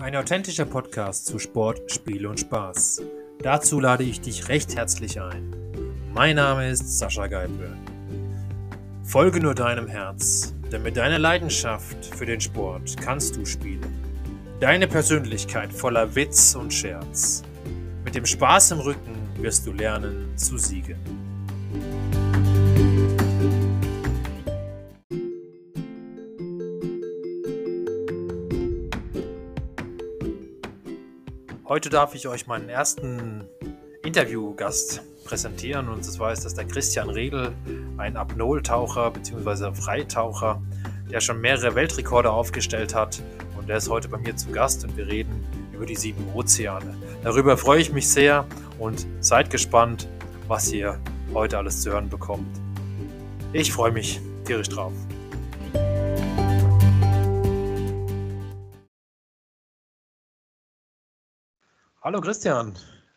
Ein authentischer Podcast zu Sport, Spiel und Spaß. Dazu lade ich dich recht herzlich ein. Mein Name ist Sascha Geipel. Folge nur deinem Herz, denn mit deiner Leidenschaft für den Sport kannst du spielen. Deine Persönlichkeit voller Witz und Scherz. Mit dem Spaß im Rücken wirst du lernen zu siegen. Heute darf ich euch meinen ersten Interviewgast präsentieren und zwar ist das der Christian Redl, ein Apnoe-Taucher bzw. Freitaucher, der schon mehrere Weltrekorde aufgestellt hat und der ist heute bei mir zu Gast und wir reden über die 7 Ozeane. Darüber freue ich mich sehr und seid gespannt, was ihr heute alles zu hören bekommt. Ich freue mich tierisch drauf. Hallo Christian,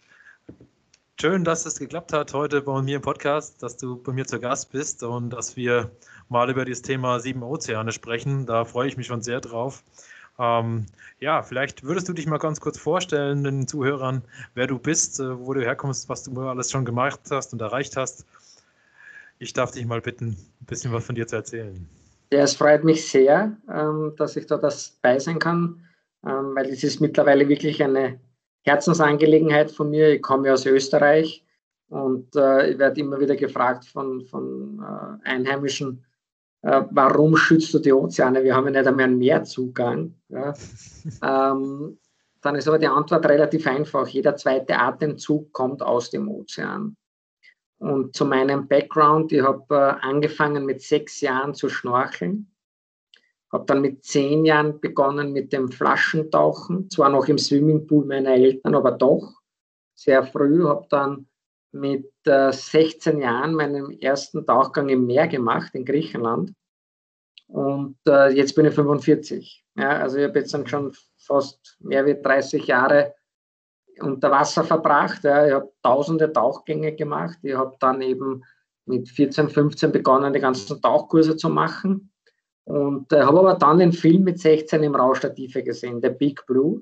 schön, dass es geklappt hat heute bei mir im Podcast, dass du bei mir zu Gast bist und dass wir mal über das Thema 7 Ozeane sprechen. Da freue ich mich schon sehr drauf. Vielleicht würdest du dich mal ganz kurz vorstellen den Zuhörern, wer du bist, wo du herkommst, was du alles schon gemacht hast und erreicht hast. Ich darf dich mal bitten, ein bisschen was von dir zu erzählen. Ja, es freut mich sehr, dass ich da dabei sein kann, weil es ist mittlerweile wirklich eine Herzensangelegenheit von mir. Ich komme ja aus Österreich und ich werde immer wieder gefragt von Einheimischen, warum schützt du die Ozeane? Wir haben ja nicht einmal einen Meerzugang. Ja. Dann ist aber die Antwort relativ einfach. Jeder zweite Atemzug kommt aus dem Ozean. Und zu meinem Background, ich habe angefangen mit 6 Jahren zu schnorcheln. Habe dann mit 10 Jahren begonnen mit dem Flaschentauchen, zwar noch im Swimmingpool meiner Eltern, aber doch sehr früh. Habe dann mit 16 Jahren meinen ersten Tauchgang im Meer gemacht, in Griechenland. Und jetzt bin ich 45. Ja, also ich habe jetzt dann schon fast mehr als 30 Jahre unter Wasser verbracht. Ja. Ich habe tausende Tauchgänge gemacht. Ich habe dann eben mit 14, 15 begonnen, die ganzen Tauchkurse zu machen. Und habe aber dann den Film mit 16 im Rausch der Tiefe gesehen, The Big Blue.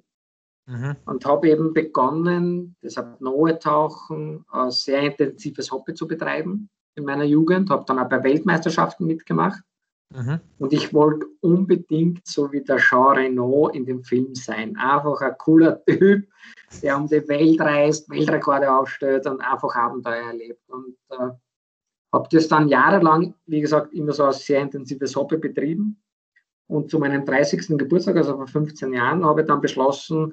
Und habe eben begonnen, das Apnoe-Tauchen, ein sehr intensives Hobby zu betreiben in meiner Jugend. Habe dann auch bei Weltmeisterschaften mitgemacht. Und ich wollte unbedingt so wie der Jean Reno in dem Film sein. Einfach ein cooler Typ, der um die Welt reist, Weltrekorde aufstellt und einfach Abenteuer erlebt. Und habe das dann jahrelang, wie gesagt, immer so ein sehr intensives Hobby betrieben. Und zu meinem 30. Geburtstag, also vor 15 Jahren, habe ich dann beschlossen,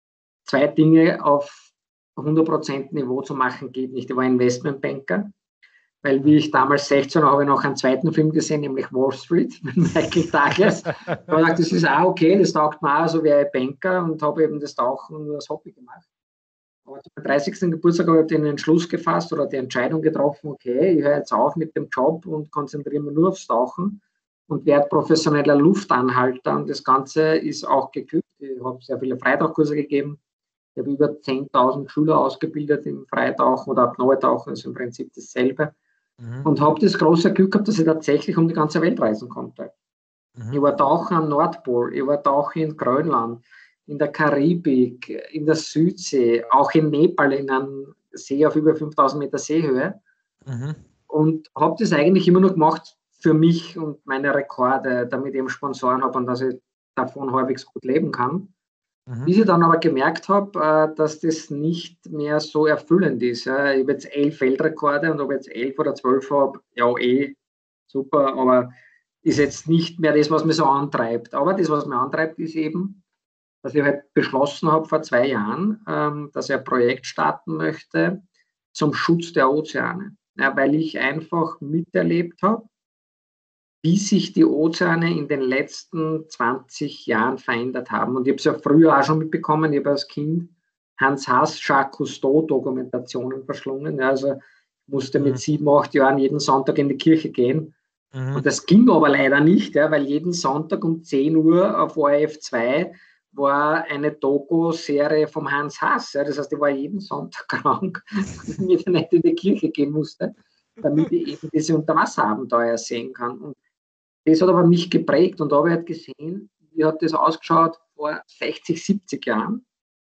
2 Dinge auf 100% Niveau zu machen, geht nicht. Ich war Investmentbanker, weil wie ich damals 16 war, habe ich noch einen zweiten Film gesehen, nämlich Wall Street mit Michael Douglas. Da habe ich gedacht, das ist auch okay, das taugt mir auch so wie ein Banker und habe eben das Tauchen nur als Hobby gemacht. Aber zum 30. Geburtstag habe ich den Entschluss gefasst oder die Entscheidung getroffen, okay, ich höre jetzt auf mit dem Job und konzentriere mich nur aufs Tauchen und werde professioneller Luftanhalter. Und das Ganze ist auch geglückt. Ich habe sehr viele Freitauchkurse gegeben. Ich habe über 10.000 Schüler ausgebildet im Freitauchen oder Apnoe-Tauchen, also im Prinzip dasselbe. Und habe das große Glück gehabt, dass ich tatsächlich um die ganze Welt reisen konnte. Ich war Tauchen am Nordpol, ich war Tauchen in Grönland, in der Karibik, in der Südsee, auch in Nepal in einem See auf über 5.000 Meter Seehöhe. Und habe das eigentlich immer nur gemacht für mich und meine Rekorde, damit ich eben Sponsoren habe und dass ich davon halbwegs gut leben kann. Bis ich dann aber gemerkt habe, dass das nicht mehr so erfüllend ist. Ich habe jetzt 11 Weltrekorde und ob ich jetzt 11 oder 12 habe, ja super, aber ist jetzt nicht mehr das, was mich so antreibt. Aber das, was mich antreibt, ist eben, dass ich halt beschlossen habe vor 2 Jahren, dass ich ein Projekt starten möchte zum Schutz der Ozeane. Ja, weil ich einfach miterlebt habe, wie sich die Ozeane in den letzten 20 Jahren verändert haben. Und ich habe es ja früher auch schon mitbekommen, ich habe als Kind Hans Haas, Jacques Cousteau Dokumentationen verschlungen. Ja, also ich musste mit 7, 8 Jahren jeden Sonntag in die Kirche gehen. Und das ging aber leider nicht, ja, weil jeden Sonntag um 10 Uhr auf ORF 2 war eine Doku-Serie vom Hans Haas. Ja. Das heißt, ich war jeden Sonntag krank, damit ich nicht in die Kirche gehen musste, damit ich eben diese Unterwasserabenteuer sehen kann. Und das hat aber mich geprägt und da habe ich halt gesehen, wie hat das ausgeschaut vor 60, 70 Jahren.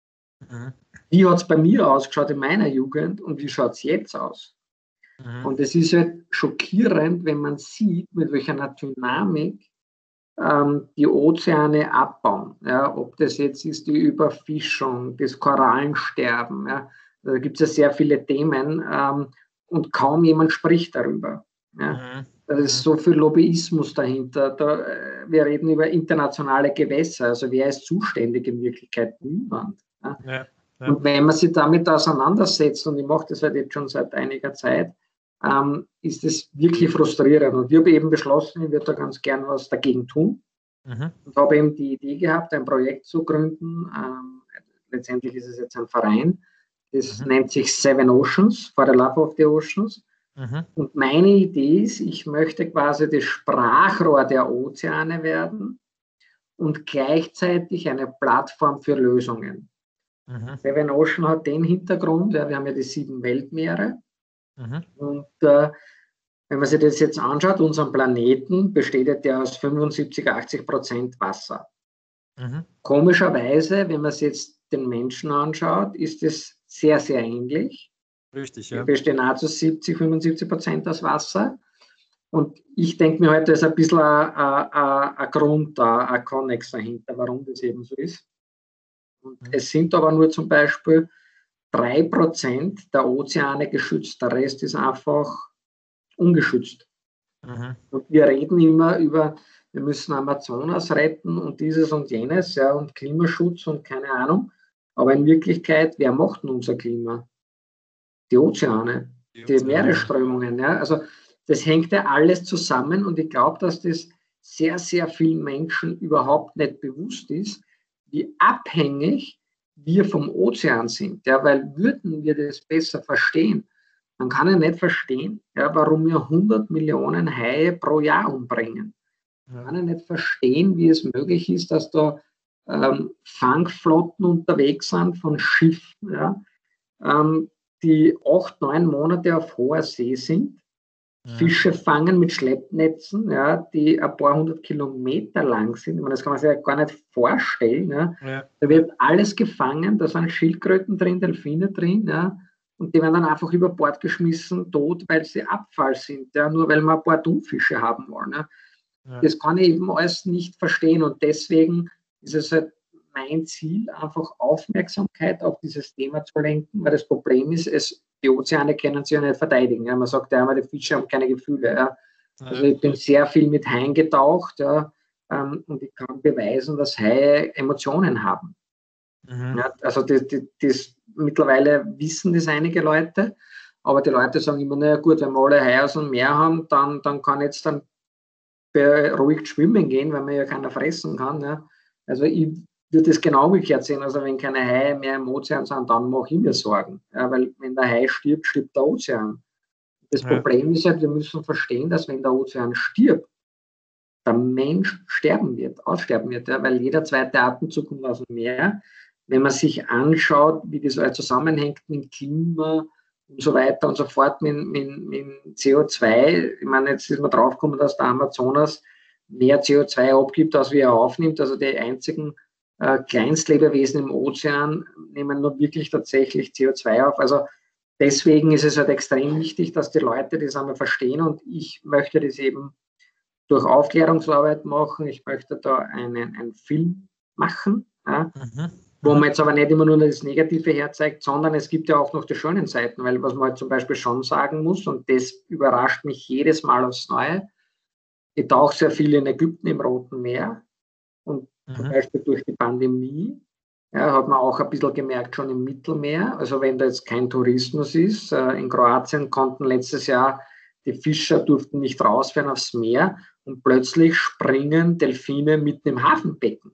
Wie hat es bei mir ausgeschaut in meiner Jugend und wie schaut es jetzt aus? Und es ist halt schockierend, wenn man sieht, mit welcher Dynamik die Ozeane abbauen. Ja, ob das jetzt ist die Überfischung, das Korallensterben. Ja, da gibt es ja sehr viele Themen und kaum jemand spricht darüber. Ja. Da ist so viel Lobbyismus dahinter. Wir reden über internationale Gewässer. Also wer ist zuständig in Wirklichkeit? Niemand. Ja. Ja. Und wenn man sich damit auseinandersetzt, und ich mache das halt jetzt schon seit einiger Zeit, ist es wirklich frustrierend. Und ich habe eben beschlossen, ich würde da ganz gern was dagegen tun. Und habe eben die Idee gehabt, ein Projekt zu gründen. Letztendlich ist es jetzt ein Verein. Das nennt sich Seven Oceans, for the Love of the Oceans. Und meine Idee ist, ich möchte quasi das Sprachrohr der Ozeane werden und gleichzeitig eine Plattform für Lösungen. Seven Ocean hat den Hintergrund, ja, wir haben ja die 7 Weltmeere. Und wenn man sich das jetzt anschaut, unser Planeten besteht ja aus 75-80% Wasser. Komischerweise, wenn man sich jetzt den Menschen anschaut, ist es sehr, sehr ähnlich. Richtig, ja. Wir bestehen nahezu 70-75% aus Wasser. Und ich denke mir heute, ist ein bisschen ein Grund da, ein Konnex dahinter, warum das eben so ist. Und es sind aber nur zum Beispiel 3% der Ozeane geschützt. Der Rest ist einfach ungeschützt. Und wir reden immer über, wir müssen Amazonas retten und dieses und jenes, ja, und Klimaschutz und keine Ahnung. Aber in Wirklichkeit, wer macht denn unser Klima? Die Ozeane, die Meeresströmungen. Ja. Also das hängt ja alles zusammen und ich glaube, dass das sehr, sehr vielen Menschen überhaupt nicht bewusst ist, wie abhängig wir vom Ozean sind. Ja, weil würden wir das besser verstehen, dann kann ich nicht verstehen, ja, warum wir 100 Millionen Haie pro Jahr umbringen. Ja. Kann ich nicht verstehen, wie es möglich ist, dass da Fangflotten unterwegs sind von Schiffen, ja, die 8-9 Monate auf hoher See sind, Fische fangen mit Schleppnetzen, ja, die ein paar 100 Kilometer lang sind. Ich meine, das kann man sich ja gar nicht vorstellen. Ja. Da wird alles gefangen, da sind Schildkröten drin, Delfine drin, ja, und die werden dann einfach über Bord geschmissen, tot, weil sie Abfall sind, ja, nur weil wir ein paar Thunfische haben wollen. Ja. Das kann ich eben alles nicht verstehen und deswegen ist es halt mein Ziel, einfach Aufmerksamkeit auf dieses Thema zu lenken, weil das Problem ist, die Ozeane können sich ja nicht verteidigen. Ja. Man sagt ja immer, die Fische haben keine Gefühle. Ja. Also ich bin sehr viel mit Haien getaucht, ja, und ich kann beweisen, dass Haie Emotionen haben. Ja, also das mittlerweile wissen das einige Leute, aber die Leute sagen immer, naja gut, wenn wir alle Haie aus dem Meer haben, dann kann jetzt dann beruhigt schwimmen gehen, weil man ja keiner fressen kann. Ja. Also ich würde das genau umgekehrt sehen. Also wenn keine Haie mehr im Ozean sind, dann mache ich mir Sorgen. Ja, weil wenn der Hai stirbt, stirbt der Ozean. Das Problem ist halt, wir müssen verstehen, dass wenn der Ozean stirbt, der Mensch sterben wird, aussterben wird, ja, weil jeder zweite Atemzug kommt aus dem Meer. Wenn man sich anschaut, wie das alles zusammenhängt mit Klima und so weiter und so fort, mit CO2, ich meine, jetzt ist man draufgekommen, dass der Amazonas mehr CO2 abgibt, als wie er aufnimmt. Also die einzigen Kleinstlebewesen im Ozean nehmen nur wirklich tatsächlich CO2 auf. Also deswegen ist es halt extrem wichtig, dass die Leute das einmal verstehen und ich möchte das eben durch Aufklärungsarbeit machen. Ich möchte da einen Film machen, ja, wo man jetzt aber nicht immer nur das Negative herzeigt, sondern es gibt ja auch noch die schönen Seiten, weil was man halt zum Beispiel schon sagen muss, und das überrascht mich jedes Mal aufs Neue, ich tauche sehr viel in Ägypten im Roten Meer und zum Beispiel durch die Pandemie hat man auch ein bisschen gemerkt schon im Mittelmeer, also wenn da jetzt kein Tourismus ist, in Kroatien konnten letztes Jahr die Fischer durften nicht rausfahren aufs Meer und plötzlich springen Delfine mitten im Hafenbecken.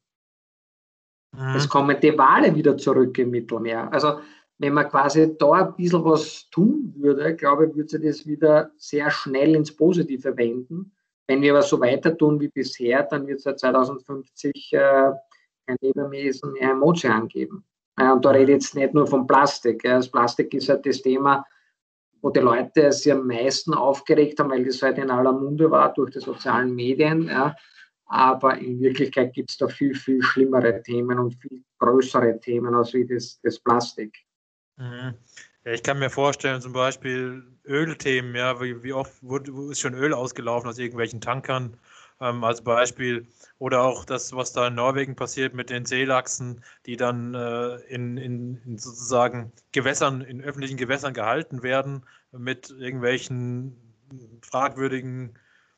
Es kommen die Wale wieder zurück im Mittelmeer. Also wenn man quasi da ein bisschen was tun würde, glaube ich, würde sich das wieder sehr schnell ins Positive wenden. Wenn wir aber so weiter tun wie bisher, dann wird es ja 2050 kein Lebewesen mehr im Ozean geben. Und da rede ich jetzt nicht nur vom Plastik. Das Plastik ist halt das Thema, wo die Leute sich am meisten aufgeregt haben, weil das halt in aller Munde war durch die sozialen Medien. Ja. aber in Wirklichkeit gibt es da viel, viel schlimmere Themen und viel größere Themen als wie das Plastik. Mhm. Ja, ich kann mir vorstellen, zum Beispiel Ölthemen, ja, wie oft ist schon Öl ausgelaufen aus irgendwelchen Tankern als Beispiel. Oder auch das, was da in Norwegen passiert mit den Seelachsen, die dann in sozusagen Gewässern, in öffentlichen Gewässern gehalten werden, mit irgendwelchen fragwürdigen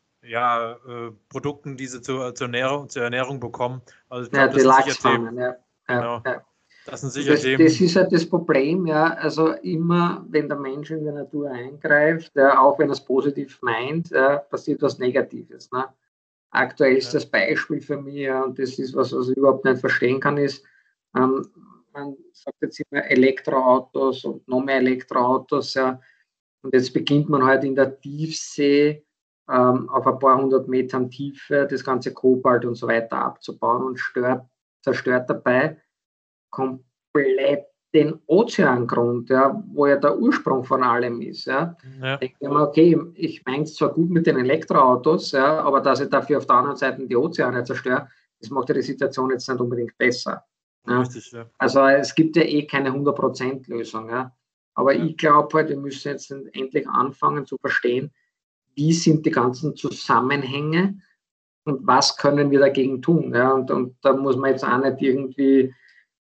Produkten, die sie zur Ernährung bekommen. Also ich Ja, glaube, die das sind sicher Themen. Lachsfarmen, ja. Genau. Ja. Das sind Und sicher das Themen. ist halt das Problem, ja. Also immer, wenn der Mensch in die Natur eingreift, ja, auch wenn er es positiv meint, passiert was Negatives. Ne? Aktuell ist das Beispiel für mich, ja, und das ist was ich überhaupt nicht verstehen kann, ist, man sagt jetzt immer Elektroautos und noch mehr Elektroautos, ja. Und jetzt beginnt man halt in der Tiefsee auf ein paar hundert Metern Tiefe das ganze Kobalt und so weiter abzubauen und zerstört dabei komplett den Ozeangrund, ja, wo ja der Ursprung von allem ist. Ja. Ja. Denke ich mir, okay, ich meine es zwar gut mit den Elektroautos, ja, aber dass ich dafür auf der anderen Seite die Ozeane zerstöre, das macht ja die Situation jetzt nicht unbedingt besser. Ja. Richtig, ja. Also es gibt ja keine 100% Lösung. Ja. Aber ich glaube halt, wir müssen jetzt endlich anfangen zu verstehen, wie sind die ganzen Zusammenhänge und was können wir dagegen tun. Ja. Und da muss man jetzt auch nicht irgendwie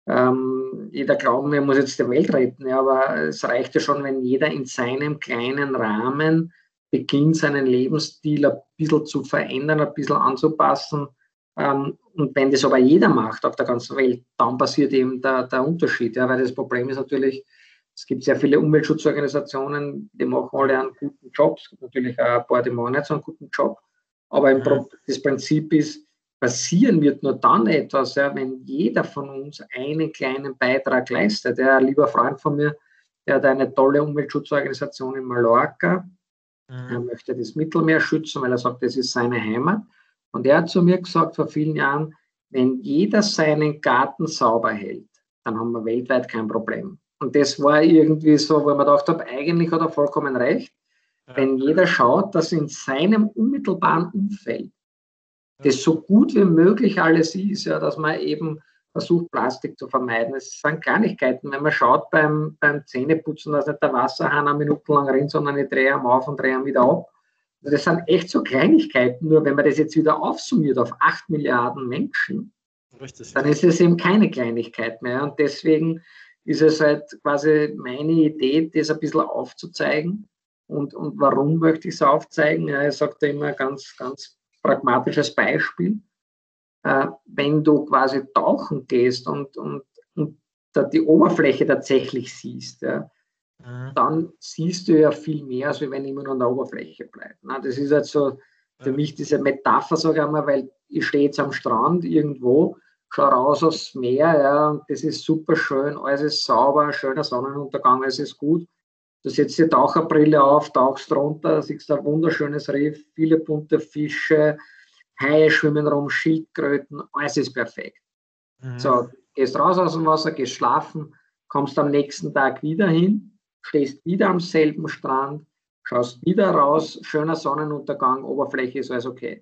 jeder glauben, er muss jetzt die Welt retten, ja, aber es reicht ja schon, wenn jeder in seinem kleinen Rahmen beginnt, seinen Lebensstil ein bisschen zu verändern, ein bisschen anzupassen. Und wenn das aber jeder macht auf der ganzen Welt, dann passiert eben der Unterschied. Ja, weil das Problem ist natürlich, es gibt sehr viele Umweltschutzorganisationen, die machen alle einen guten Job. Es gibt natürlich auch ein paar, die machen nicht so einen guten Job. Aber das Prinzip ist, passieren wird nur dann etwas, ja, wenn jeder von uns einen kleinen Beitrag leistet. Ja, ein lieber Freund von mir, der hat eine tolle Umweltschutzorganisation in Mallorca. Er möchte das Mittelmeer schützen, weil er sagt, das ist seine Heimat. Und er hat zu mir gesagt vor vielen Jahren, wenn jeder seinen Garten sauber hält, dann haben wir weltweit kein Problem. Und das war irgendwie so, wo ich mir gedacht habe, eigentlich hat er vollkommen recht. Ja. Wenn jeder schaut, dass in seinem unmittelbaren Umfeld das so gut wie möglich alles ist, ja, dass man eben versucht, Plastik zu vermeiden. Es sind Kleinigkeiten. Wenn man schaut beim Zähneputzen, dass nicht der Wasserhahn eine Minute lang rennt, sondern ich drehe ihn auf und drehe ihn wieder ab. Das sind echt so Kleinigkeiten. Nur wenn man das jetzt wieder aufsummiert auf 8 Milliarden Menschen, richtig, dann ist es eben keine Kleinigkeit mehr. Und deswegen ist es halt quasi meine Idee, das ein bisschen aufzuzeigen. Und warum möchte ich es aufzeigen? Ja, ich sage da immer ganz pragmatisches Beispiel. Wenn du quasi tauchen gehst und die Oberfläche tatsächlich siehst, ja, dann siehst du ja viel mehr, als wenn immer nur an der Oberfläche bleibt. Na, das ist halt so für mich diese Metapher, sage ich einmal, weil ich stehe jetzt am Strand irgendwo, schaue raus aufs Meer, ja, und das ist super schön, alles ist sauber, schöner Sonnenuntergang, alles ist gut. Du setzt die Taucherbrille auf, tauchst runter, siehst ein wunderschönes Riff, viele bunte Fische, Haie schwimmen rum, Schildkröten, alles ist perfekt. So, gehst raus aus dem Wasser, gehst schlafen, kommst am nächsten Tag wieder hin, stehst wieder am selben Strand, schaust wieder raus, schöner Sonnenuntergang, Oberfläche ist alles okay.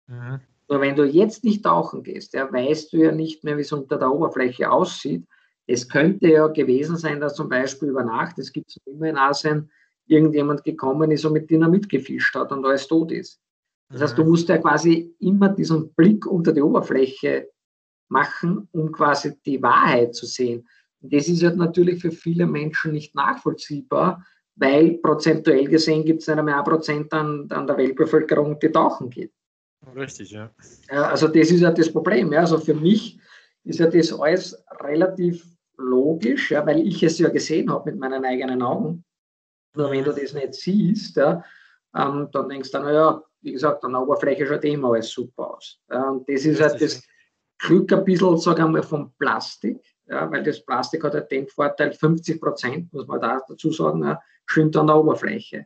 Nur wenn du jetzt nicht tauchen gehst, ja, weißt du ja nicht mehr, wie es unter der Oberfläche aussieht. Es könnte ja gewesen sein, dass zum Beispiel über Nacht, es gibt immer in Asien, irgendjemand gekommen ist und mit Dynamit gefischt hat und alles tot ist. Das heißt, du musst ja quasi immer diesen Blick unter die Oberfläche machen, um quasi die Wahrheit zu sehen. Und das ist halt natürlich für viele Menschen nicht nachvollziehbar, weil prozentuell gesehen gibt es nicht mehr 1% an der Weltbevölkerung, die tauchen geht. Richtig, ja. Also das ist ja das Problem. Ja. Also für mich ist ja das alles relativ logisch, ja, weil ich es ja gesehen habe mit meinen eigenen Augen. Nur wenn du das nicht siehst, ja, dann denkst du, naja, wie gesagt, an der Oberfläche schaut immer alles super aus. Und das ist halt das Glück ein bisschen, sage ich mal, vom Plastik, ja, weil das Plastik hat halt den Vorteil, 50%, muss man da dazu sagen, ja, schwimmt an der Oberfläche.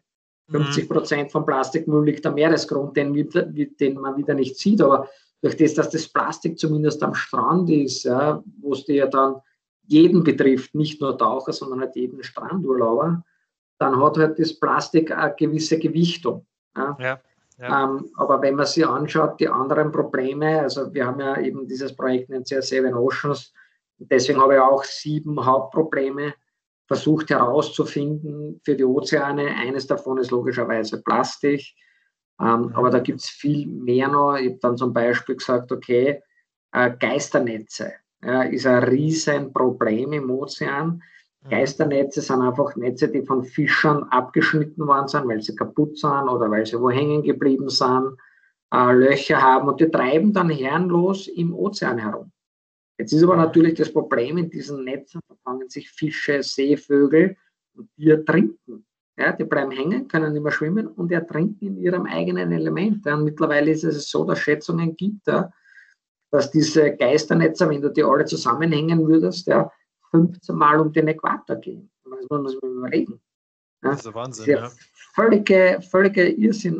50% vom Plastikmüll liegt am Meeresgrund, den man wieder nicht sieht, aber durch das, dass das Plastik zumindest am Strand ist, ja, wo es ja dann jeden betrifft, nicht nur Taucher, sondern halt jeden Strandurlauber, dann hat halt das Plastik eine gewisse Gewichtung. Ja. Ja. Aber wenn man sich anschaut, die anderen Probleme, also wir haben ja eben dieses Projekt nennt sich ja Seven Oceans, deswegen habe ich auch 7 Hauptprobleme versucht herauszufinden für die Ozeane. Eines davon ist logischerweise Plastik, aber da gibt es viel mehr noch. Ich habe dann zum Beispiel gesagt, okay, Geisternetze ist ein Riesenproblem im Ozean. Geisternetze sind einfach Netze, die von Fischern abgeschnitten worden sind, weil sie kaputt sind oder weil sie wo hängen geblieben sind, Löcher haben und die treiben dann herrenlos im Ozean herum. Jetzt ist aber natürlich das Problem, in diesen Netzen verfangen sich Fische, Seevögel und die ertrinken. Ja, die bleiben hängen, können nicht mehr schwimmen und ertrinken in ihrem eigenen Element. Ja, und mittlerweile ist es so, dass es Schätzungen gibt, ja, dass diese Geisternetze, wenn du die alle zusammenhängen würdest, ja, 15 Mal um den Äquator gehen. Das muss man sich überlegen. Ja. Das ist der Wahnsinn, ja. Völlige Irrsinn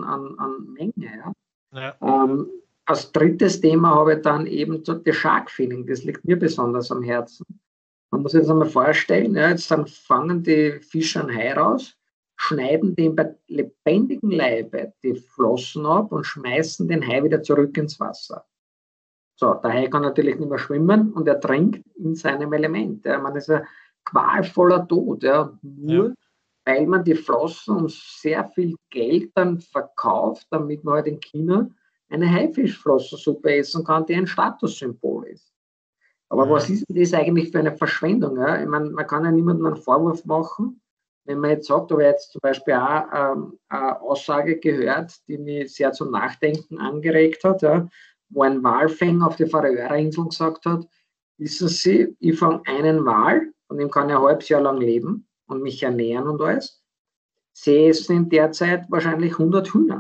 an Menge. Ja. Ja. Als drittes Thema habe ich dann eben das Shark-Feeling. Das liegt mir besonders am Herzen. Man muss sich das einmal vorstellen, ja, jetzt dann fangen die Fische einen Hai raus, schneiden dem bei lebendigem Leibe die Flossen ab und schmeißen den Hai wieder zurück ins Wasser. So, der Hai kann natürlich nicht mehr schwimmen und er trinkt in seinem Element. Ja. Man ist ein qualvoller Tod, ja. Nur weil man die Flossen um sehr viel Geld dann verkauft, damit man halt in China eine Haifischflossensuppe essen kann, die ein Statussymbol ist. Aber was ist denn das eigentlich für eine Verschwendung? Ja? Ich meine, man kann ja niemandem einen Vorwurf machen, wenn man jetzt sagt, aber jetzt zum Beispiel auch eine Aussage gehört, die mich sehr zum Nachdenken angeregt hat, ja? Wo ein Walfänger auf die Färöerinseln gesagt hat, wissen Sie, ich fange einen Wal und dem kann ich ein halbes Jahr lang leben und mich ernähren und alles. Sie essen derzeit wahrscheinlich 100 Hühner.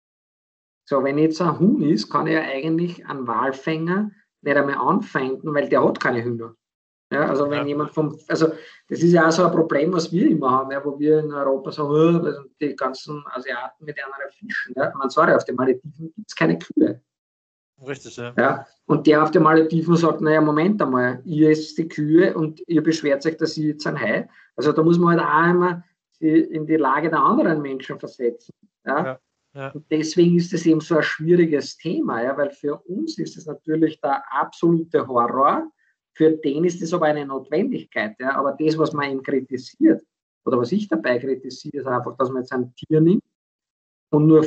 So, wenn jetzt ein Huhn ist, kann ich ja eigentlich einen Walfänger nicht einmal anfeinden, weil der hat keine Hühner. Ja, also wenn jemand also das ist ja auch so ein Problem, was wir immer haben, ja, wo wir in Europa sagen, die ganzen Asiaten mit anderen Fischen. Ja. Man sagt, auf den Malediven gibt es keine Kühe. Richtig, ja. Ja. Und der auf den Malediven sagt, naja, Moment einmal, ihr esst die Kühe und ihr beschwert euch, dass ich jetzt ein Hai. Also da muss man halt auch immer in die Lage der anderen Menschen versetzen. Ja. Und deswegen ist es eben so ein schwieriges Thema, ja, weil für uns ist es natürlich der absolute Horror, für den ist es aber eine Notwendigkeit. Ja. Aber das, was man eben kritisiert, oder was ich dabei kritisiere, ist einfach, dass man jetzt ein Tier nimmt und nur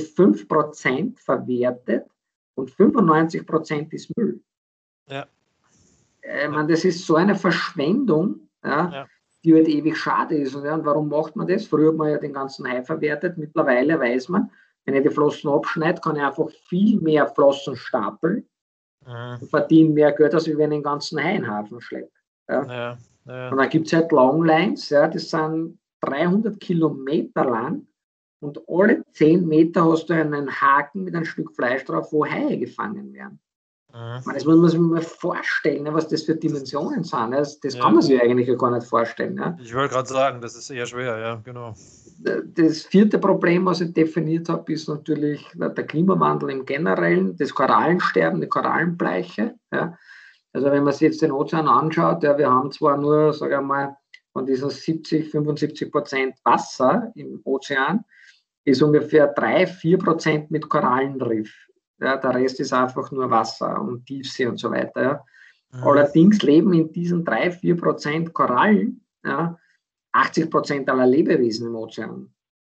5% verwertet und 95% ist Müll. Ja. Ich meine, das ist so eine Verschwendung, ja, die halt ewig schade ist. Und warum macht man das? Früher hat man ja den ganzen Hai verwertet, mittlerweile weiß man, wenn ich die Flossen abschneide, kann ich einfach viel mehr Flossen stapeln und verdiene mehr Geld, als wenn ich den ganzen Hai in den Hafen schleppe. Ja. Und dann gibt es halt Longlines, ja, das sind 300 Kilometer lang und alle 10 Meter hast du einen Haken mit einem Stück Fleisch drauf, wo Haie gefangen werden. Das muss man sich mal vorstellen, was das für Dimensionen sind. Das kann man sich eigentlich gar nicht vorstellen. Ja. Ich wollte gerade sagen, das ist eher schwer, ja, genau. Das vierte Problem, was ich definiert habe, ist natürlich der Klimawandel im Generellen, das Korallensterben, die Korallenbleiche. Ja. Also wenn man sich jetzt den Ozean anschaut, ja, wir haben zwar nur, sage ich mal, von diesen 75% Wasser im Ozean, ist ungefähr 3-4% mit Korallenriff. Ja, der Rest ist einfach nur Wasser und Tiefsee und so weiter. Ja. Allerdings leben in diesen 3-4% Korallen 80% aller Lebewesen im Ozean.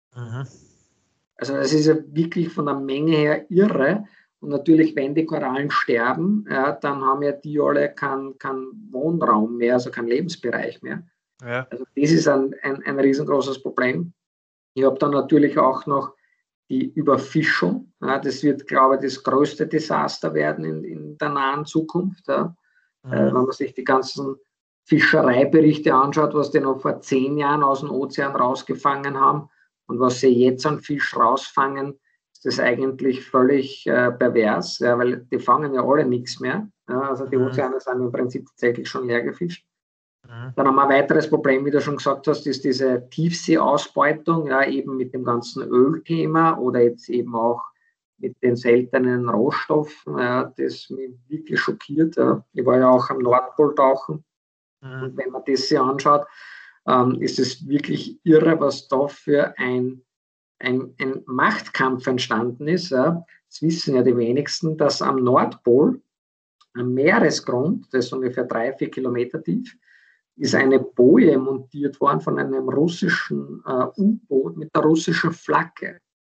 Also das ist ja wirklich von der Menge her irre. Und natürlich, wenn die Korallen sterben, ja, dann haben ja die alle keinen Wohnraum mehr, also keinen Lebensbereich mehr. Ja. Also das ist ein riesengroßes Problem. Ich habe dann natürlich auch noch die Überfischung. Ja, das wird, glaube ich, das größte Desaster werden in der nahen Zukunft. Ja. Wenn man sich die ganzen Fischereiberichte anschaut, was die noch vor 10 Jahren aus dem Ozean rausgefangen haben und was sie jetzt an Fisch rausfangen, ist das eigentlich völlig pervers, ja, weil die fangen ja alle nichts mehr. Ja, also die Ozeane sind im Prinzip tatsächlich schon leer gefischt. Dann haben wir ein weiteres Problem, wie du schon gesagt hast, ist diese Tiefseeausbeutung, ja, eben mit dem ganzen Ölthema oder jetzt eben auch mit den seltenen Rohstoffen, ja, das mich wirklich schockiert. Ja. Ich war ja auch am Nordpol tauchen. Und wenn man das sich anschaut, ist es wirklich irre, was da für ein ein Machtkampf entstanden ist. Ja. Das wissen ja die wenigsten, dass am Nordpol, am Meeresgrund, das ist ungefähr 3-4 Kilometer tief, ist eine Boje montiert worden von einem russischen U-Boot mit der russischen Flagge.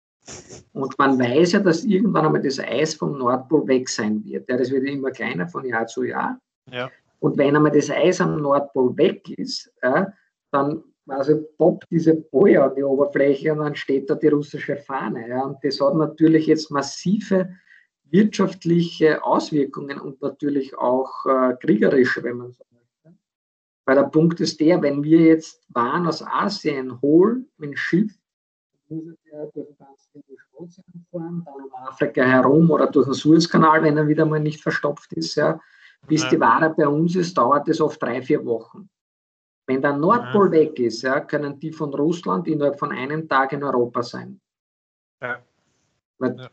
Und man weiß ja, dass irgendwann einmal das Eis vom Nordpol weg sein wird. Ja, das wird immer kleiner von Jahr zu Jahr. Ja. Und wenn einmal das Eis am Nordpol weg ist, dann poppt diese Boje an die Oberfläche und dann steht da die russische Fahne. Ja. Und das hat natürlich jetzt massive wirtschaftliche Auswirkungen und natürlich auch kriegerische, wenn man so möchte. Weil der Punkt ist der, wenn wir jetzt Waren aus Asien holen mit dem Schiff, muss er durch den ganzen Ozean fahren, dann um Afrika herum oder durch den Suezkanal, wenn er wieder mal nicht verstopft ist, ja. Bis die Ware bei uns ist, dauert es oft 3-4 Wochen. Wenn der Nordpol weg ist, ja, können die von Russland innerhalb von einem Tag in Europa sein. Ja. Weil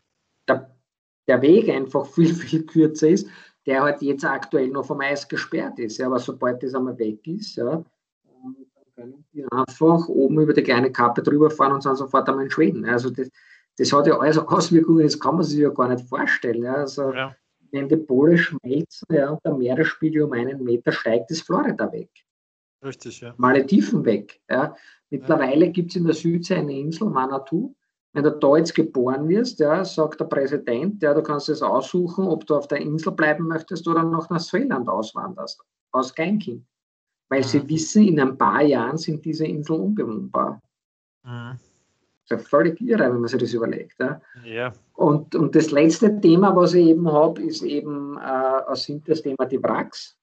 der Weg einfach viel, viel kürzer ist, der halt jetzt aktuell noch vom Eis gesperrt ist. Ja, aber sobald das einmal weg ist, ja, dann können die einfach oben über die kleine Kappe drüber fahren und sind sofort einmal in Schweden. Also das hat ja alles Auswirkungen, das kann man sich ja gar nicht vorstellen. Ja. Also, wenn die Pole schmelzen, ja, und der Meeresspiegel um 1 Meter steigt, ist Florida weg. Richtig, ja. Malediven weg. Ja. Mittlerweile gibt es in der Südsee eine Insel, Vanuatu. Wenn du da jetzt geboren wirst, ja, sagt der Präsident, ja, du kannst es aussuchen, ob du auf der Insel bleiben möchtest oder nach Neuseeland auswanderst, aus Kleinkind. Weil sie wissen, in ein paar Jahren sind diese Inseln unbewohnbar. Das ist ja völlig irre, wenn man sich das überlegt. Ja. Ja. Und das letzte Thema, was ich eben habe, ist eben das Thema die Wracks.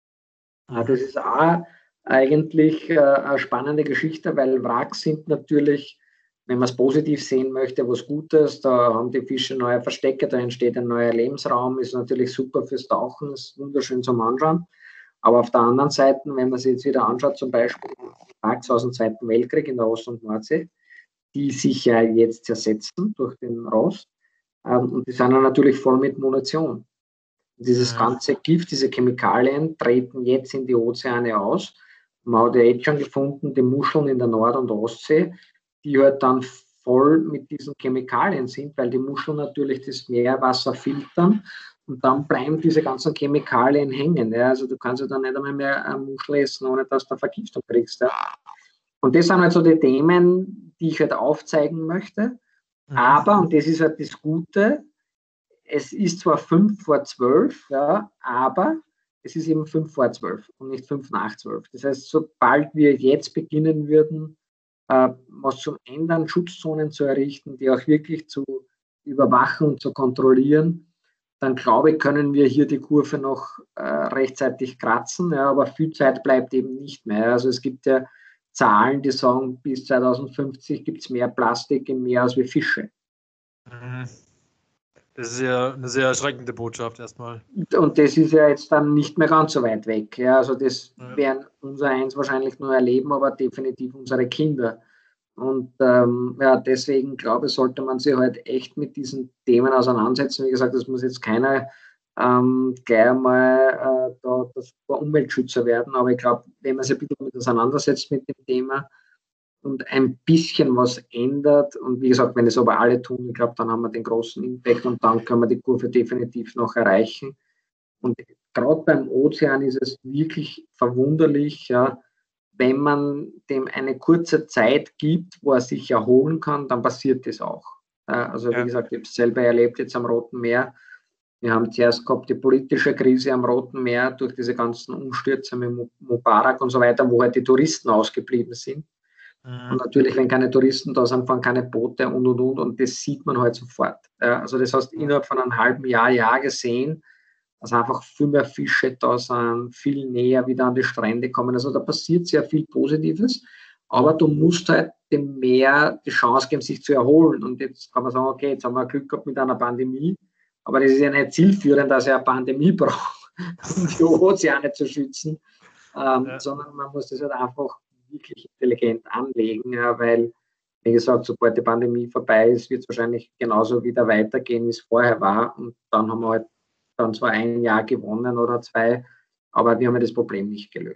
Das ist auch eigentlich eine spannende Geschichte, weil Wracks sind natürlich, wenn man es positiv sehen möchte, was Gutes. Da haben die Fische neue Verstecke, da entsteht ein neuer Lebensraum, ist natürlich super fürs Tauchen, ist wunderschön zum Anschauen. Aber auf der anderen Seite, wenn man sich jetzt wieder anschaut, zum Beispiel Wracks aus dem Zweiten Weltkrieg in der Ost- und Nordsee, die sich ja jetzt zersetzen durch den Rost, und die sind dann natürlich voll mit Munition. Dieses ganze Gift, diese Chemikalien treten jetzt in die Ozeane aus. Man hat ja jetzt schon gefunden, die Muscheln in der Nord- und Ostsee, die halt dann voll mit diesen Chemikalien sind, weil die Muscheln natürlich das Meerwasser filtern und dann bleiben diese ganzen Chemikalien hängen. Ja. Also du kannst ja dann nicht einmal mehr eine Muschel essen, ohne dass du Vergiftung kriegst. Ja. Und das sind halt so die Themen, die ich halt aufzeigen möchte. Aber, und das ist halt das Gute, es ist zwar 5:12, ja, aber es ist eben 5:12 und nicht 5:12. Das heißt, sobald wir jetzt beginnen würden, was zu ändern, Schutzzonen zu errichten, die auch wirklich zu überwachen und zu kontrollieren, dann glaube ich, können wir hier die Kurve noch rechtzeitig kratzen, ja, aber viel Zeit bleibt eben nicht mehr. Also es gibt ja Zahlen, die sagen, bis 2050 gibt es mehr Plastik im Meer als wie Fische. Das ist ja eine sehr erschreckende Botschaft erstmal. Und das ist ja jetzt dann nicht mehr ganz so weit weg. Ja. Also das werden unser Eins wahrscheinlich nur erleben, aber definitiv unsere Kinder. Und deswegen glaube ich, sollte man sich halt echt mit diesen Themen auseinandersetzen. Wie gesagt, das muss jetzt keiner gleich einmal das Umweltschützer werden, aber ich glaube, wenn man sich ein bisschen mit auseinandersetzt mit dem Thema und ein bisschen was ändert, und wie gesagt, wenn es aber alle tun, ich glaube, dann haben wir den großen Impact und dann können wir die Kurve definitiv noch erreichen. Und gerade beim Ozean ist es wirklich verwunderlich, ja, wenn man dem eine kurze Zeit gibt, wo er sich erholen kann, dann passiert das auch. Also wie gesagt, ich habe es selber erlebt jetzt am Roten Meer. Wir haben zuerst gehabt die politische Krise am Roten Meer durch diese ganzen Umstürze mit Mubarak und so weiter, wo halt die Touristen ausgeblieben sind. Und natürlich, wenn keine Touristen da sind, fahren keine Boote und das sieht man halt sofort. Also das hast du innerhalb von einem halben Jahr gesehen, dass einfach viel mehr Fische da sind, viel näher wieder an die Strände kommen. Also da passiert sehr viel Positives, aber du musst halt dem Meer die Chance geben, sich zu erholen. Und jetzt kann man sagen, okay, jetzt haben wir Glück gehabt mit einer Pandemie, aber das ist ja nicht zielführend, dass er eine Pandemie braucht, um die Ozeane zu schützen, sondern man muss das halt einfach wirklich intelligent anlegen, weil, wie gesagt, sobald die Pandemie vorbei ist, wird es wahrscheinlich genauso wieder weitergehen, wie es vorher war. Und dann haben wir halt dann zwar ein Jahr gewonnen oder 2, aber wir haben das Problem nicht gelöst.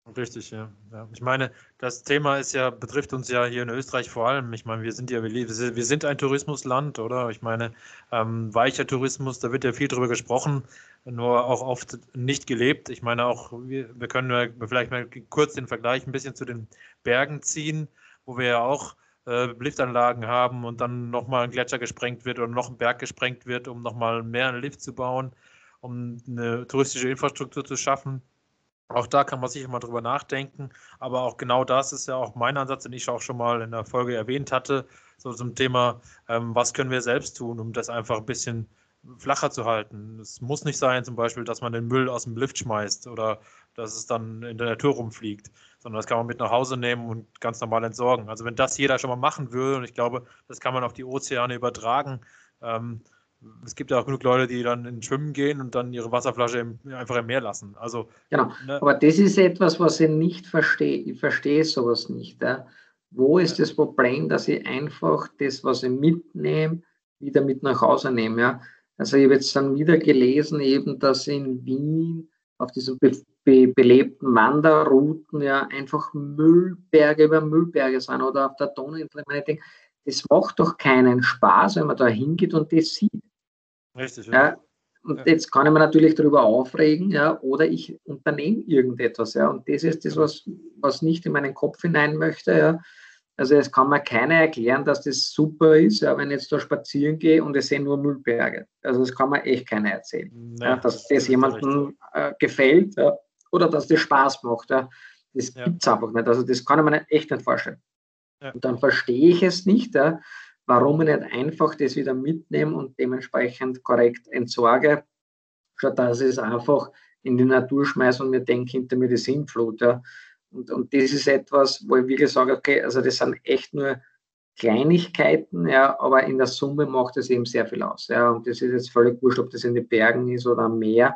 Richtig, ja. Ja. Ich meine, das Thema betrifft uns ja hier in Österreich vor allem. Ich meine, wir sind ein Tourismusland, oder? Ich meine, weicher Tourismus, da wird ja viel drüber gesprochen, nur auch oft nicht gelebt. Ich meine, auch wir können ja vielleicht mal kurz den Vergleich ein bisschen zu den Bergen ziehen, wo wir ja auch Liftanlagen haben und dann nochmal ein Gletscher gesprengt wird oder noch ein Berg gesprengt wird, um nochmal mehr einen Lift zu bauen, um eine touristische Infrastruktur zu schaffen. Auch da kann man sicher mal drüber nachdenken, aber auch genau das ist ja auch mein Ansatz, den ich auch schon mal in der Folge erwähnt hatte, so zum Thema, was können wir selbst tun, um das einfach ein bisschen flacher zu halten. Es muss nicht sein, zum Beispiel, dass man den Müll aus dem Lift schmeißt oder dass es dann in der Natur rumfliegt, sondern das kann man mit nach Hause nehmen und ganz normal entsorgen. Also wenn das jeder schon mal machen würde, und ich glaube, das kann man auf die Ozeane übertragen, es gibt ja auch genug Leute, die dann ins Schwimmen gehen und dann ihre Wasserflasche einfach im Meer lassen. Also, Genau, ne, aber das ist etwas, was ich nicht verstehe. Ich verstehe sowas nicht. Ja. Wo ist das Problem, dass ich einfach das, was ich mitnehme, wieder mit nach Hause nehme? Ja. Also ich habe jetzt dann wieder gelesen, eben, dass in Wien auf diesen belebten Wanderrouten ja einfach Müllberge über Müllberge sind oder auf der Donauinsel. Ich denke, das macht doch keinen Spaß, wenn man da hingeht und das sieht. richtig, ja. Ja, und jetzt kann ich mir natürlich darüber aufregen, ja, oder ich unternehme irgendetwas, ja, und das ist das, was nicht in meinen Kopf hinein möchte, ja. Also es kann mir keiner erklären, dass das super ist, ja, wenn ich jetzt da spazieren gehe und ich sehe nur Müllberge. Also das kann mir echt keiner erzählen, Nee, ja, dass das jemandem gefällt, ja, oder dass das Spaß macht, ja. Das gibt es einfach nicht. Also das kann ich mir echt nicht vorstellen. Ja. Und dann verstehe ich es nicht, ja, warum ich nicht einfach das wieder mitnehme und dementsprechend korrekt entsorge, statt dass ich es einfach in die Natur schmeiße und mir denke, hinter mir die Sintflut. Ja. Und das ist etwas, wo ich wirklich sage, okay, also das sind echt nur Kleinigkeiten, ja, aber in der Summe macht es eben sehr viel aus. Ja. Und das ist jetzt völlig wurscht, ob das in den Bergen ist oder am Meer.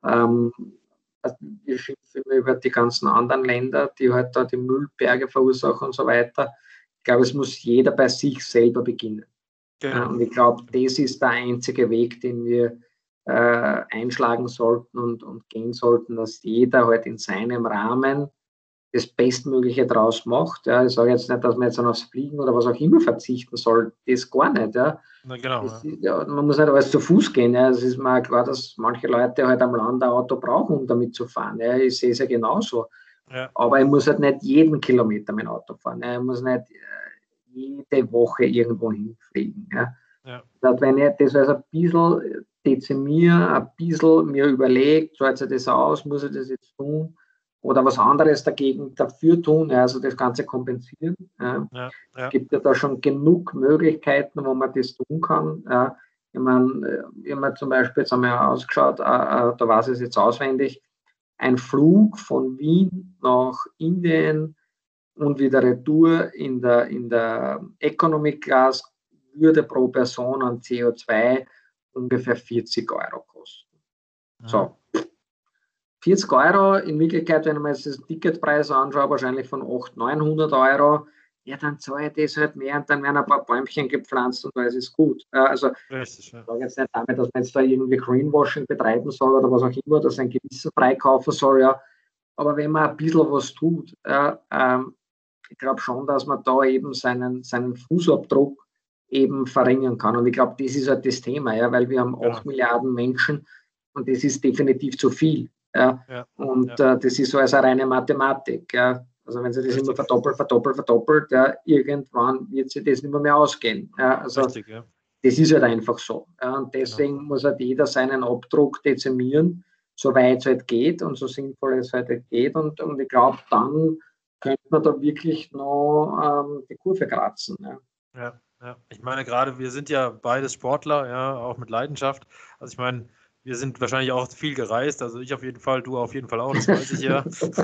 Wir schimpfen immer über die ganzen anderen Länder, die halt da die Müllberge verursachen und so weiter. Ich glaube, es muss jeder bei sich selber beginnen. Genau. Und ich glaube, das ist der einzige Weg, den wir einschlagen sollten und gehen sollten, dass jeder halt in seinem Rahmen das Bestmögliche draus macht. Ja. Ich sage jetzt nicht, dass man jetzt aufs Fliegen oder was auch immer verzichten soll, das gar nicht. Ja. Na, genau. Ja, man muss nicht alles zu Fuß gehen. Ja. Es ist mir klar, dass manche Leute halt am Land ein Auto brauchen, um damit zu fahren. Ja. Ich sehe es ja genauso. Ja. Aber ich muss halt nicht jeden Kilometer mit dem Auto fahren. Ja. Ich muss nicht jede Woche irgendwo hinfliegen. Ja. Ja. Wenn ich das also ein bisschen dezimiere, ein bisschen mir überlegt, zahlt sich das aus, muss ich das jetzt tun oder was anderes dafür tun, ja, also das Ganze kompensieren. Ja. Ja, ja. Es gibt ja da schon genug Möglichkeiten, wo man das tun kann. Ja. Ich meine, zum Beispiel, jetzt haben wir ja ausgeschaut, da weiß ich es jetzt auswendig, ein Flug von Wien nach Indien und wieder Retour in der Economy Class würde pro Person an CO2 ungefähr 40 Euro kosten. Mhm. So. 40 Euro, in Wirklichkeit, wenn man jetzt den Ticketpreis anschaut, wahrscheinlich von 800, 900 Euro, ja, dann zahle ich das halt mehr und dann werden ein paar Bäumchen gepflanzt und alles ist gut. Also, richtig, ja. Ich sage jetzt nicht damit, dass man jetzt da irgendwie Greenwashing betreiben soll oder was auch immer, dass ein Gewissen freikaufen soll, ja. Aber wenn man ein bisschen was tut, ich glaube schon, dass man da eben seinen Fußabdruck eben verringern kann. Und ich glaube, das ist halt das Thema, ja, weil wir haben 8 Milliarden Menschen und das ist definitiv zu viel. Ja. Und das ist so als eine reine Mathematik. Ja. Also wenn sie das immer verdoppelt, ja, irgendwann wird sie das nicht mehr ausgehen. Ja. Also das ist halt einfach so. Ja. Und deswegen muss halt jeder seinen Abdruck dezimieren, soweit es halt geht und so sinnvoll es halt geht. Und ich glaube, dann könnte man da wirklich noch die Kurve kratzen. Ja. Ja, ja. Ich meine, gerade wir sind ja beides Sportler, ja, auch mit Leidenschaft. Also ich meine, wir sind wahrscheinlich auch viel gereist, also ich auf jeden Fall, du auf jeden Fall auch, das weiß ich ja.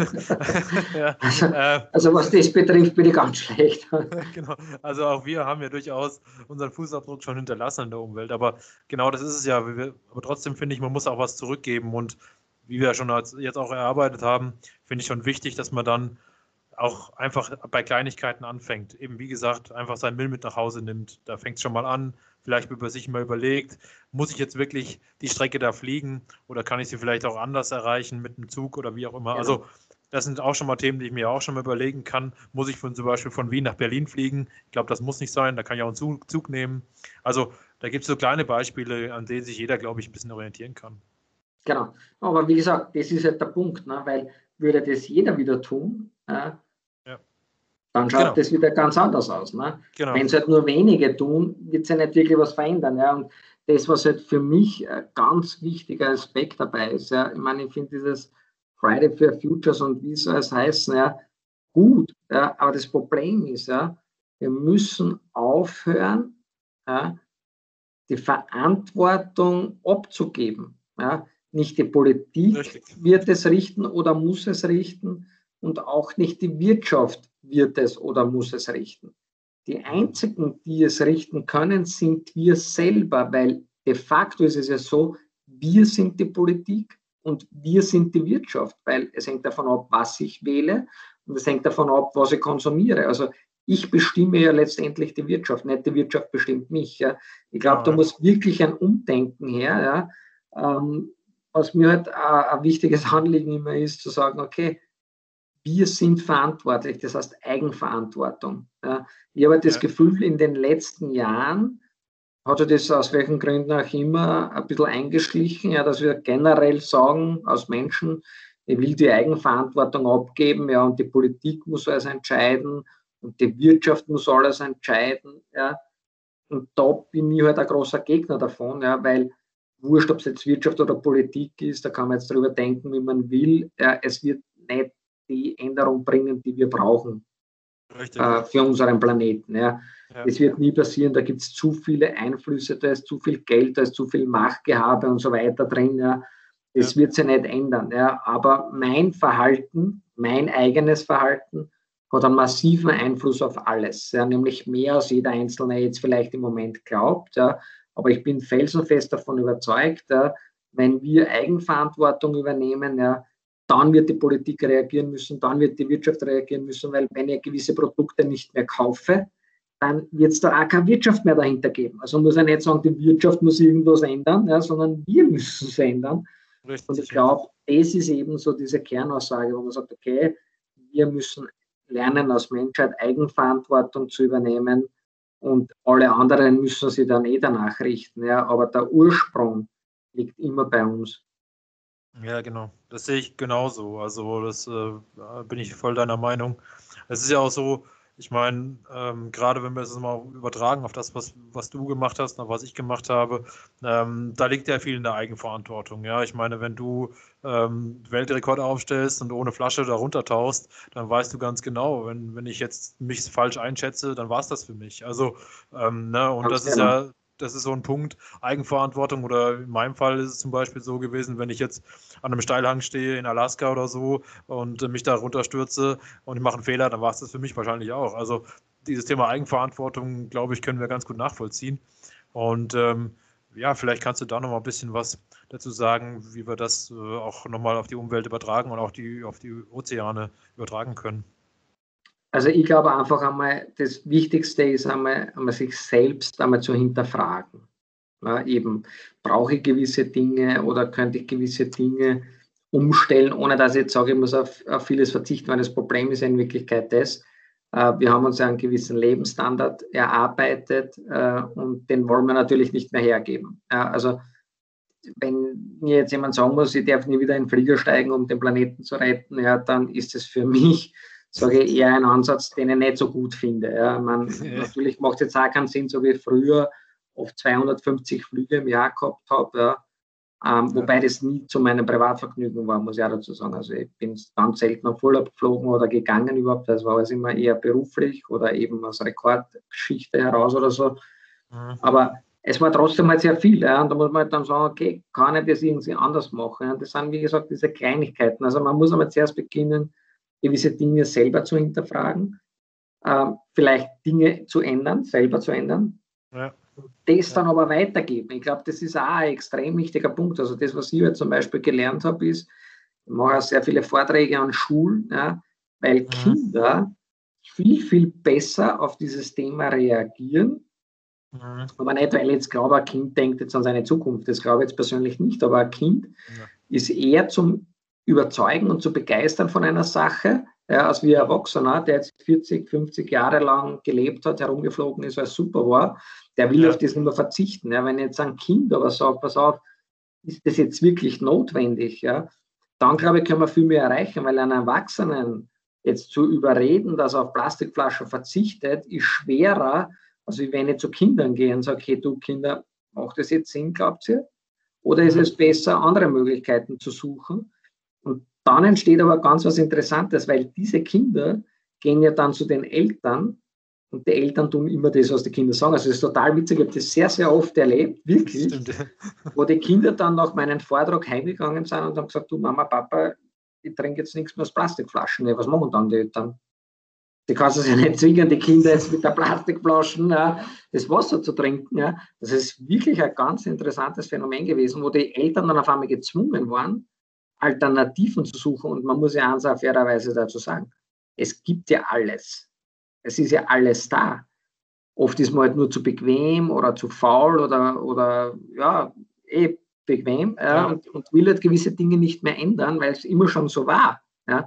Ja, also was das betrifft, bin ich ganz schlecht. Genau, also auch wir haben ja durchaus unseren Fußabdruck schon hinterlassen in der Umwelt, aber genau das ist es ja. Aber trotzdem finde ich, man muss auch was zurückgeben und wie wir schon jetzt auch erarbeitet haben, finde ich schon wichtig, dass man dann auch einfach bei Kleinigkeiten anfängt. Eben wie gesagt, einfach seinen Müll mit nach Hause nimmt. Da fängt es schon mal an, vielleicht über sich mal überlegt, muss ich jetzt wirklich die Strecke da fliegen oder kann ich sie vielleicht auch anders erreichen mit dem Zug oder wie auch immer. Genau. Also Das sind auch schon mal Themen, die ich mir auch schon mal überlegen kann. Muss ich zum Beispiel von Wien nach Berlin fliegen? Ich glaube, das muss nicht sein. Da kann ich auch einen Zug nehmen. Also da gibt es so kleine Beispiele, an denen sich jeder, glaube ich, ein bisschen orientieren kann. Genau. Aber wie gesagt, das ist halt der Punkt, ne? Weil würde das jeder wieder tun, dann schaut das wieder ganz anders aus. Ne? Genau. Wenn es halt nur wenige tun, wird es ja nicht wirklich was verändern. Ja? Und das, was halt für mich ein ganz wichtiger Aspekt dabei ist, ja, ich meine, ich finde dieses Friday for Futures und wie soll es heißen, ja, gut, ja, aber das Problem ist, ja, wir müssen aufhören, ja, die Verantwortung abzugeben. Ja. Nicht die Politik wird es richten oder muss es richten und auch nicht die Wirtschaft wird es oder muss es richten. Die einzigen, die es richten können, sind wir selber, weil de facto ist es ja so, wir sind die Politik und wir sind die Wirtschaft, weil es hängt davon ab, was ich wähle und es hängt davon ab, was ich konsumiere. Also ich bestimme ja letztendlich die Wirtschaft, nicht die Wirtschaft bestimmt mich. Ja. Ich glaube, da muss wirklich ein Umdenken her. Ja. Was mir halt ein wichtiges Anliegen immer ist, zu sagen, okay, wir sind verantwortlich, das heißt Eigenverantwortung. Ja. Ich habe das Gefühl, in den letzten Jahren hat sich das aus welchen Gründen auch immer ein bisschen eingeschlichen, ja, dass wir generell sagen, als Menschen, ich will die Eigenverantwortung abgeben, ja, und die Politik muss alles entscheiden und die Wirtschaft muss alles entscheiden. Ja. Und da bin ich halt ein großer Gegner davon, ja, weil wurscht, ob es jetzt Wirtschaft oder Politik ist, da kann man jetzt drüber denken, wie man will. Ja, es wird nicht die Änderung bringen, die wir brauchen für unseren Planeten. Ja. Das wird nie passieren, da gibt es zu viele Einflüsse, da ist zu viel Geld, da ist zu viel Machtgehabe und so weiter drin. Ja. Das wird sich nicht ändern. Ja. Aber mein Verhalten, mein eigenes Verhalten, hat einen massiven Einfluss auf alles, ja, nämlich mehr als jeder Einzelne jetzt vielleicht im Moment glaubt. Ja. Aber ich bin felsenfest davon überzeugt, ja, wenn wir Eigenverantwortung übernehmen, ja, dann wird die Politik reagieren müssen, dann wird die Wirtschaft reagieren müssen, weil wenn ich gewisse Produkte nicht mehr kaufe, dann wird es da auch keine Wirtschaft mehr dahinter geben. Also muss ich nicht sagen, die Wirtschaft muss irgendwas ändern, ja, sondern wir müssen es ändern. Richtig, und ich glaube, das ist eben so diese Kernaussage, wo man sagt, okay, wir müssen lernen, als Menschheit Eigenverantwortung zu übernehmen und alle anderen müssen sie dann danach richten. Ja, aber der Ursprung liegt immer bei uns. Ja, genau. Das sehe ich genauso. Also das bin ich voll deiner Meinung. Es ist ja auch so, ich meine, gerade wenn wir es mal übertragen auf das, was du gemacht hast, und was ich gemacht habe, da liegt ja viel in der Eigenverantwortung. Ja, ich meine, wenn du Weltrekord aufstellst und ohne Flasche da runtertauchst, dann weißt du ganz genau, wenn ich jetzt mich falsch einschätze, dann war es das für mich. Also, ne, und das ist ja, das ist so ein Punkt, Eigenverantwortung, oder in meinem Fall ist es zum Beispiel so gewesen, wenn ich jetzt an einem Steilhang stehe in Alaska oder so und mich da runterstürze und ich mache einen Fehler, dann war es das für mich wahrscheinlich auch. Also dieses Thema Eigenverantwortung, glaube ich, können wir ganz gut nachvollziehen. Und ja, vielleicht kannst du da noch mal ein bisschen was dazu sagen, wie wir das auch nochmal auf die Umwelt übertragen und auch auf die Ozeane übertragen können. Also ich glaube einfach einmal, das Wichtigste ist einmal sich selbst einmal zu hinterfragen. Ja, eben, brauche ich gewisse Dinge oder könnte ich gewisse Dinge umstellen, ohne dass ich jetzt sage, ich muss auf vieles verzichten, weil das Problem ist ja in Wirklichkeit das, wir haben uns ja einen gewissen Lebensstandard erarbeitet und den wollen wir natürlich nicht mehr hergeben. Ja, also wenn mir jetzt jemand sagen muss, ich darf nie wieder in den Flieger steigen, um den Planeten zu retten, ja, dann ist es für mich, sage ich, eher ein Ansatz, den ich nicht so gut finde. Ja. Natürlich macht es jetzt auch keinen Sinn, so wie früher oft 250 Flüge im Jahr gehabt habe, ja. Wobei das nie zu meinem Privatvergnügen war, muss ich auch dazu sagen. Also ich bin ganz selten auf Urlaub geflogen oder gegangen überhaupt, das war alles immer eher beruflich oder eben aus Rekordgeschichte heraus oder so. Aber es war trotzdem halt sehr viel. Ja, und da muss man halt dann sagen, okay, kann ich das irgendwie anders machen? Ja, das sind, wie gesagt, diese Kleinigkeiten. Also man muss aber zuerst beginnen, gewisse Dinge selber zu hinterfragen, vielleicht Dinge zu ändern, selber zu ändern. Ja. Das dann aber weitergeben. Ich glaube, das ist auch ein extrem wichtiger Punkt. Also das, was ich jetzt zum Beispiel gelernt habe, ist, ich mache auch sehr viele Vorträge an Schulen, ja, weil Kinder viel, viel besser auf dieses Thema reagieren. Aber nicht, weil ich jetzt glaube, ein Kind denkt jetzt an seine Zukunft. Das glaube ich jetzt persönlich nicht. Aber ein Kind ist eher zum überzeugen und zu begeistern von einer Sache, ja, als wie ein Erwachsener, der jetzt 40, 50 Jahre lang gelebt hat, herumgeflogen ist, weil es super war, der will auf das nicht mehr verzichten. Ja. Wenn jetzt ein Kind aber sagt, pass auf, ist das jetzt wirklich notwendig, ja, dann glaube ich, können wir viel mehr erreichen, weil einen Erwachsenen jetzt zu überreden, dass er auf Plastikflaschen verzichtet, ist schwerer, als wenn ich zu Kindern gehe und sage, okay, du Kinder, macht das jetzt Sinn, glaubt ihr? Oder ist es besser, andere Möglichkeiten zu suchen? Und dann entsteht aber ganz was Interessantes, weil diese Kinder gehen ja dann zu den Eltern und die Eltern tun immer das, was die Kinder sagen. Also das ist total witzig, ich habe das sehr, sehr oft erlebt, wirklich, wo die Kinder dann nach meinem Vortrag heimgegangen sind und haben gesagt, du Mama, Papa, ich trinke jetzt nichts mehr aus Plastikflaschen. Ja, was machen dann die Eltern? Die kannst du ja nicht zwingen, die Kinder jetzt mit der Plastikflaschen das Wasser zu trinken. Ja. Das ist wirklich ein ganz interessantes Phänomen gewesen, wo die Eltern dann auf einmal gezwungen waren, Alternativen zu suchen. Und man muss ja eins auf fairerweise dazu sagen, es gibt ja alles. Es ist ja alles da. Oft ist man halt nur zu bequem oder zu faul oder ja, bequem und will halt gewisse Dinge nicht mehr ändern, weil es immer schon so war. Ja.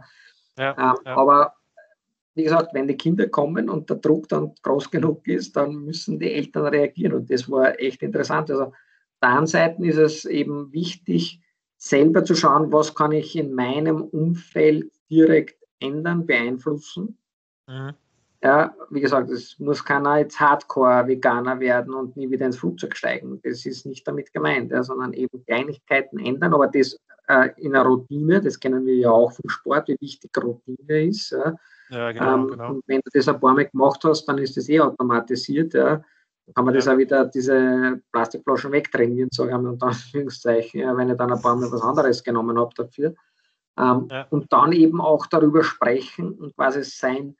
Aber wie gesagt, wenn die Kinder kommen und der Druck dann groß genug ist, dann müssen die Eltern reagieren. Und das war echt interessant. Also auf der einen Seite ist es eben wichtig, selber zu schauen, was kann ich in meinem Umfeld direkt ändern, beeinflussen. Ja, wie gesagt, es muss keiner jetzt Hardcore-Veganer werden und nie wieder ins Flugzeug steigen. Das ist nicht damit gemeint, sondern eben Kleinigkeiten ändern, aber das in einer Routine, das kennen wir ja auch vom Sport, wie wichtig Routine ist. Ja, genau. Und wenn du das ein paar Mal gemacht hast, dann ist das automatisiert. Ja. Dann kann man das auch wieder, diese Plastikflaschen wegtrainieren, sage ich mal unter Anführungszeichen, wenn ich dann ein paar Mal was anderes genommen habe dafür. Und dann eben auch darüber sprechen und quasi sein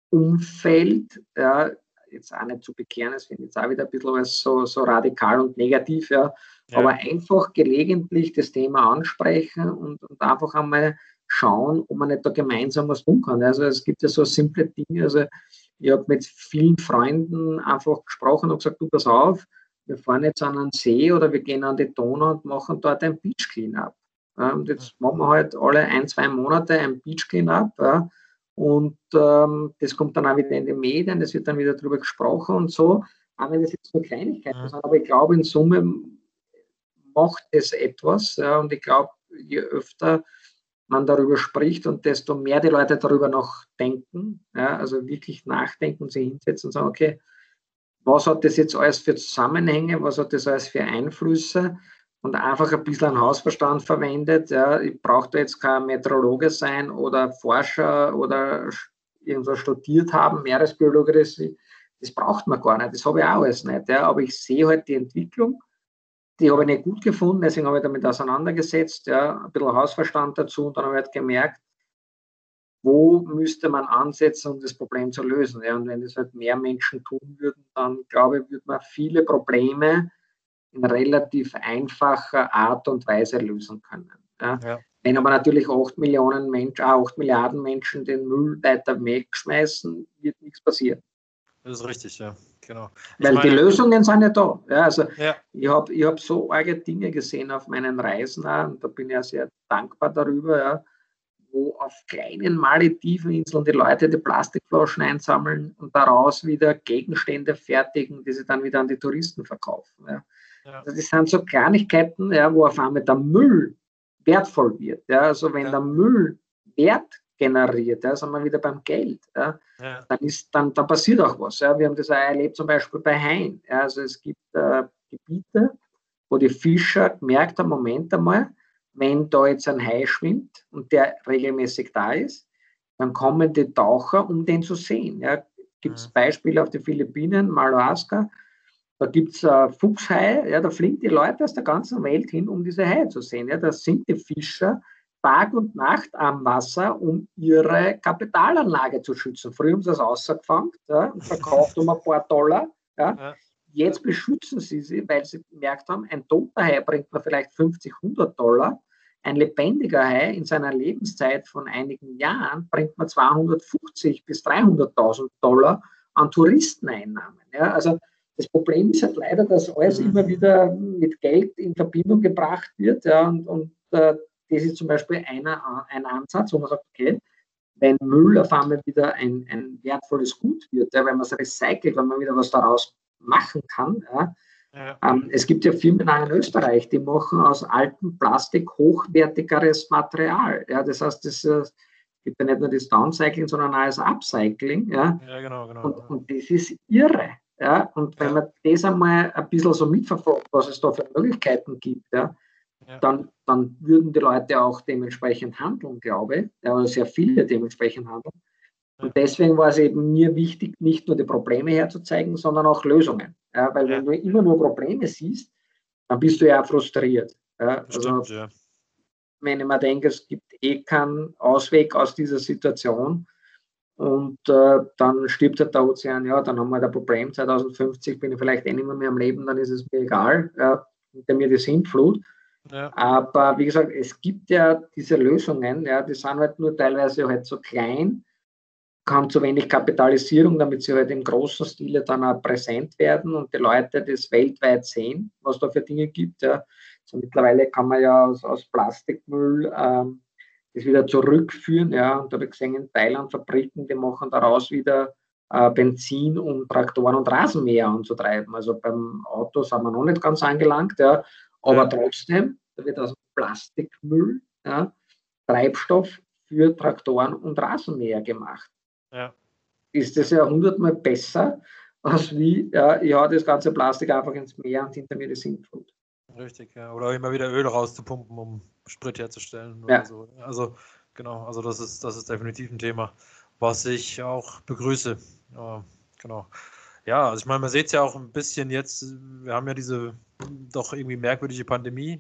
Umfeld, jetzt auch nicht zu bekehren, das finde ich jetzt auch wieder ein bisschen alles so radikal und negativ, aber einfach gelegentlich das Thema ansprechen und einfach einmal schauen, ob man nicht da gemeinsam was tun kann. Also es gibt ja so simple Dinge, also ich habe mit vielen Freunden einfach gesprochen und gesagt, du pass auf, wir fahren jetzt an einen See oder wir gehen an die Donau und machen dort ein Beach Cleanup. Und jetzt machen wir halt alle 1-2 Monate ein Beach Cleanup, und das kommt dann auch wieder in die Medien, es wird dann wieder darüber gesprochen und so, auch wenn das jetzt nur Kleinigkeiten sind, aber ich glaube, in Summe macht es etwas, und ich glaube, je öfter man darüber spricht und desto mehr die Leute darüber noch denken, also wirklich nachdenken und sich hinsetzen und sagen, okay, was hat das jetzt alles für Zusammenhänge, was hat das alles für Einflüsse und einfach ein bisschen einen Hausverstand verwendet. Ja, ich brauche da jetzt kein Meteorologe sein oder Forscher oder irgendwas studiert haben, Meeresbiologe, das braucht man gar nicht, das habe ich auch alles nicht. Ja, aber ich sehe halt die Entwicklung, die habe ich nicht gut gefunden, deswegen habe ich damit auseinandergesetzt, ein bisschen Hausverstand dazu und dann habe ich halt gemerkt, wo müsste man ansetzen, um das Problem zu lösen. Ja, und wenn das halt mehr Menschen tun würden, dann glaube ich, würde man viele Probleme in relativ einfacher Art und Weise lösen können. Ja. Wenn aber natürlich 8 Milliarden Menschen den Müll weiter wegschmeißen, wird nichts passieren. Das ist richtig, ja, genau. Weil die Lösungen sind ja da. Ja, also ich hab so arge Dinge gesehen auf meinen Reisen und da bin ich ja sehr dankbar darüber, wo auf kleinen malediven Inseln die Leute die Plastikflaschen einsammeln und daraus wieder Gegenstände fertigen, die sie dann wieder an die Touristen verkaufen. Ja. Also das sind so Kleinigkeiten, wo auf einmal der Müll wertvoll wird. Ja. Also wenn der Müll Wert generiert, sind wir wieder beim Geld. Dann passiert auch was. Ja. Wir haben das auch erlebt zum Beispiel bei Haien. Ja. Also es gibt Gebiete, wo die Fischer gemerkt haben, Moment einmal, wenn da jetzt ein Hai schwimmt und der regelmäßig da ist, dann kommen die Taucher, um den zu sehen. Ja. Gibt es Beispiele auf den Philippinen, Madagascar, da gibt es Fuchshai, da fliegen die Leute aus der ganzen Welt hin, um diese Haie zu sehen. Ja. Da sind die Fischer Tag und Nacht am Wasser, um ihre Kapitalanlage zu schützen. Früher haben sie das rausgefangen und verkauft um ein paar Dollar. Ja. Jetzt beschützen sie, weil sie gemerkt haben, ein toter Hai bringt man vielleicht 50, 100 Dollar. Ein lebendiger Hai in seiner Lebenszeit von einigen Jahren bringt man 250 bis 300.000 Dollar an Touristeneinnahmen. Ja, also das Problem ist halt leider, dass alles immer wieder mit Geld in Verbindung gebracht wird, und das ist zum Beispiel ein Ansatz, wo man sagt, okay, wenn Müll auf einmal wieder ein wertvolles Gut wird, weil man es recycelt, wenn man wieder was daraus machen kann. Es gibt ja Firmen in Österreich, die machen aus altem Plastik hochwertigeres Material. Das heißt, es gibt ja nicht nur das Downcycling, sondern auch das Upcycling. Genau. Und das ist irre. Und wenn man das einmal ein bisschen so mitverfolgt, was es da für Möglichkeiten gibt, dann würden die Leute auch dementsprechend handeln, glaube ich. Oder sehr viele dementsprechend handeln. Und deswegen war es eben mir wichtig, nicht nur die Probleme herzuzeigen, sondern auch Lösungen. Weil wenn du immer nur Probleme siehst, dann bist du ja auch frustriert. Stimmt, wenn ich mir denke, es gibt keinen Ausweg aus dieser Situation und dann stirbt halt der Ozean, dann haben wir halt ein Problem. 2050 bin ich vielleicht nicht mehr am Leben, dann ist es mir egal. Hinter mir die Sintflut. Aber wie gesagt, es gibt ja diese Lösungen, die sind halt nur teilweise halt so klein, haben zu wenig Kapitalisierung, damit sie halt im großen Stile dann auch präsent werden und die Leute das weltweit sehen, was da für Dinge gibt. So mittlerweile kann man ja aus Plastikmüll das wieder zurückführen. Und da habe ich gesehen, in Thailand Fabriken, die machen daraus wieder Benzin, um Traktoren und Rasenmäher anzutreiben. Also beim Auto sind wir noch nicht ganz angelangt, aber trotzdem, da wird aus Plastikmüll Treibstoff für Traktoren und Rasenmäher gemacht. Ist das ja 100-mal besser, als wie, das ganze Plastik einfach ins Meer und hinter mir die Sintflut. Richtig, oder immer wieder Öl rauszupumpen, um Sprit herzustellen oder so. Also genau, also das ist definitiv ein Thema, was ich auch begrüße. Genau. Ja, also ich meine, man sieht es ja auch ein bisschen jetzt, wir haben ja diese doch irgendwie merkwürdige Pandemie,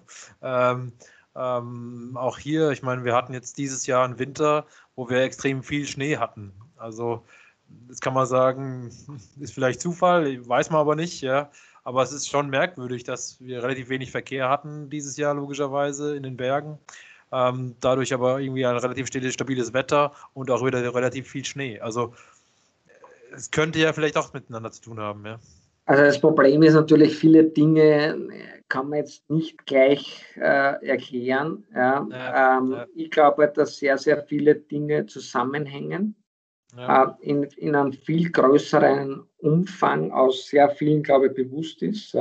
auch hier, ich meine, wir hatten jetzt dieses Jahr einen Winter, wo wir extrem viel Schnee hatten. Also das kann man sagen, ist vielleicht Zufall, weiß man aber nicht, aber es ist schon merkwürdig, dass wir relativ wenig Verkehr hatten dieses Jahr, logischerweise, in den Bergen. Dadurch aber irgendwie ein relativ stabiles Wetter und auch wieder relativ viel Schnee. Also es könnte ja vielleicht auch miteinander zu tun haben, Also das Problem ist natürlich, viele Dinge kann man jetzt nicht gleich erklären. Ich glaube, dass sehr, sehr viele Dinge zusammenhängen. In einem viel größeren Umfang aus sehr vielen, glaube ich, bewusst ist.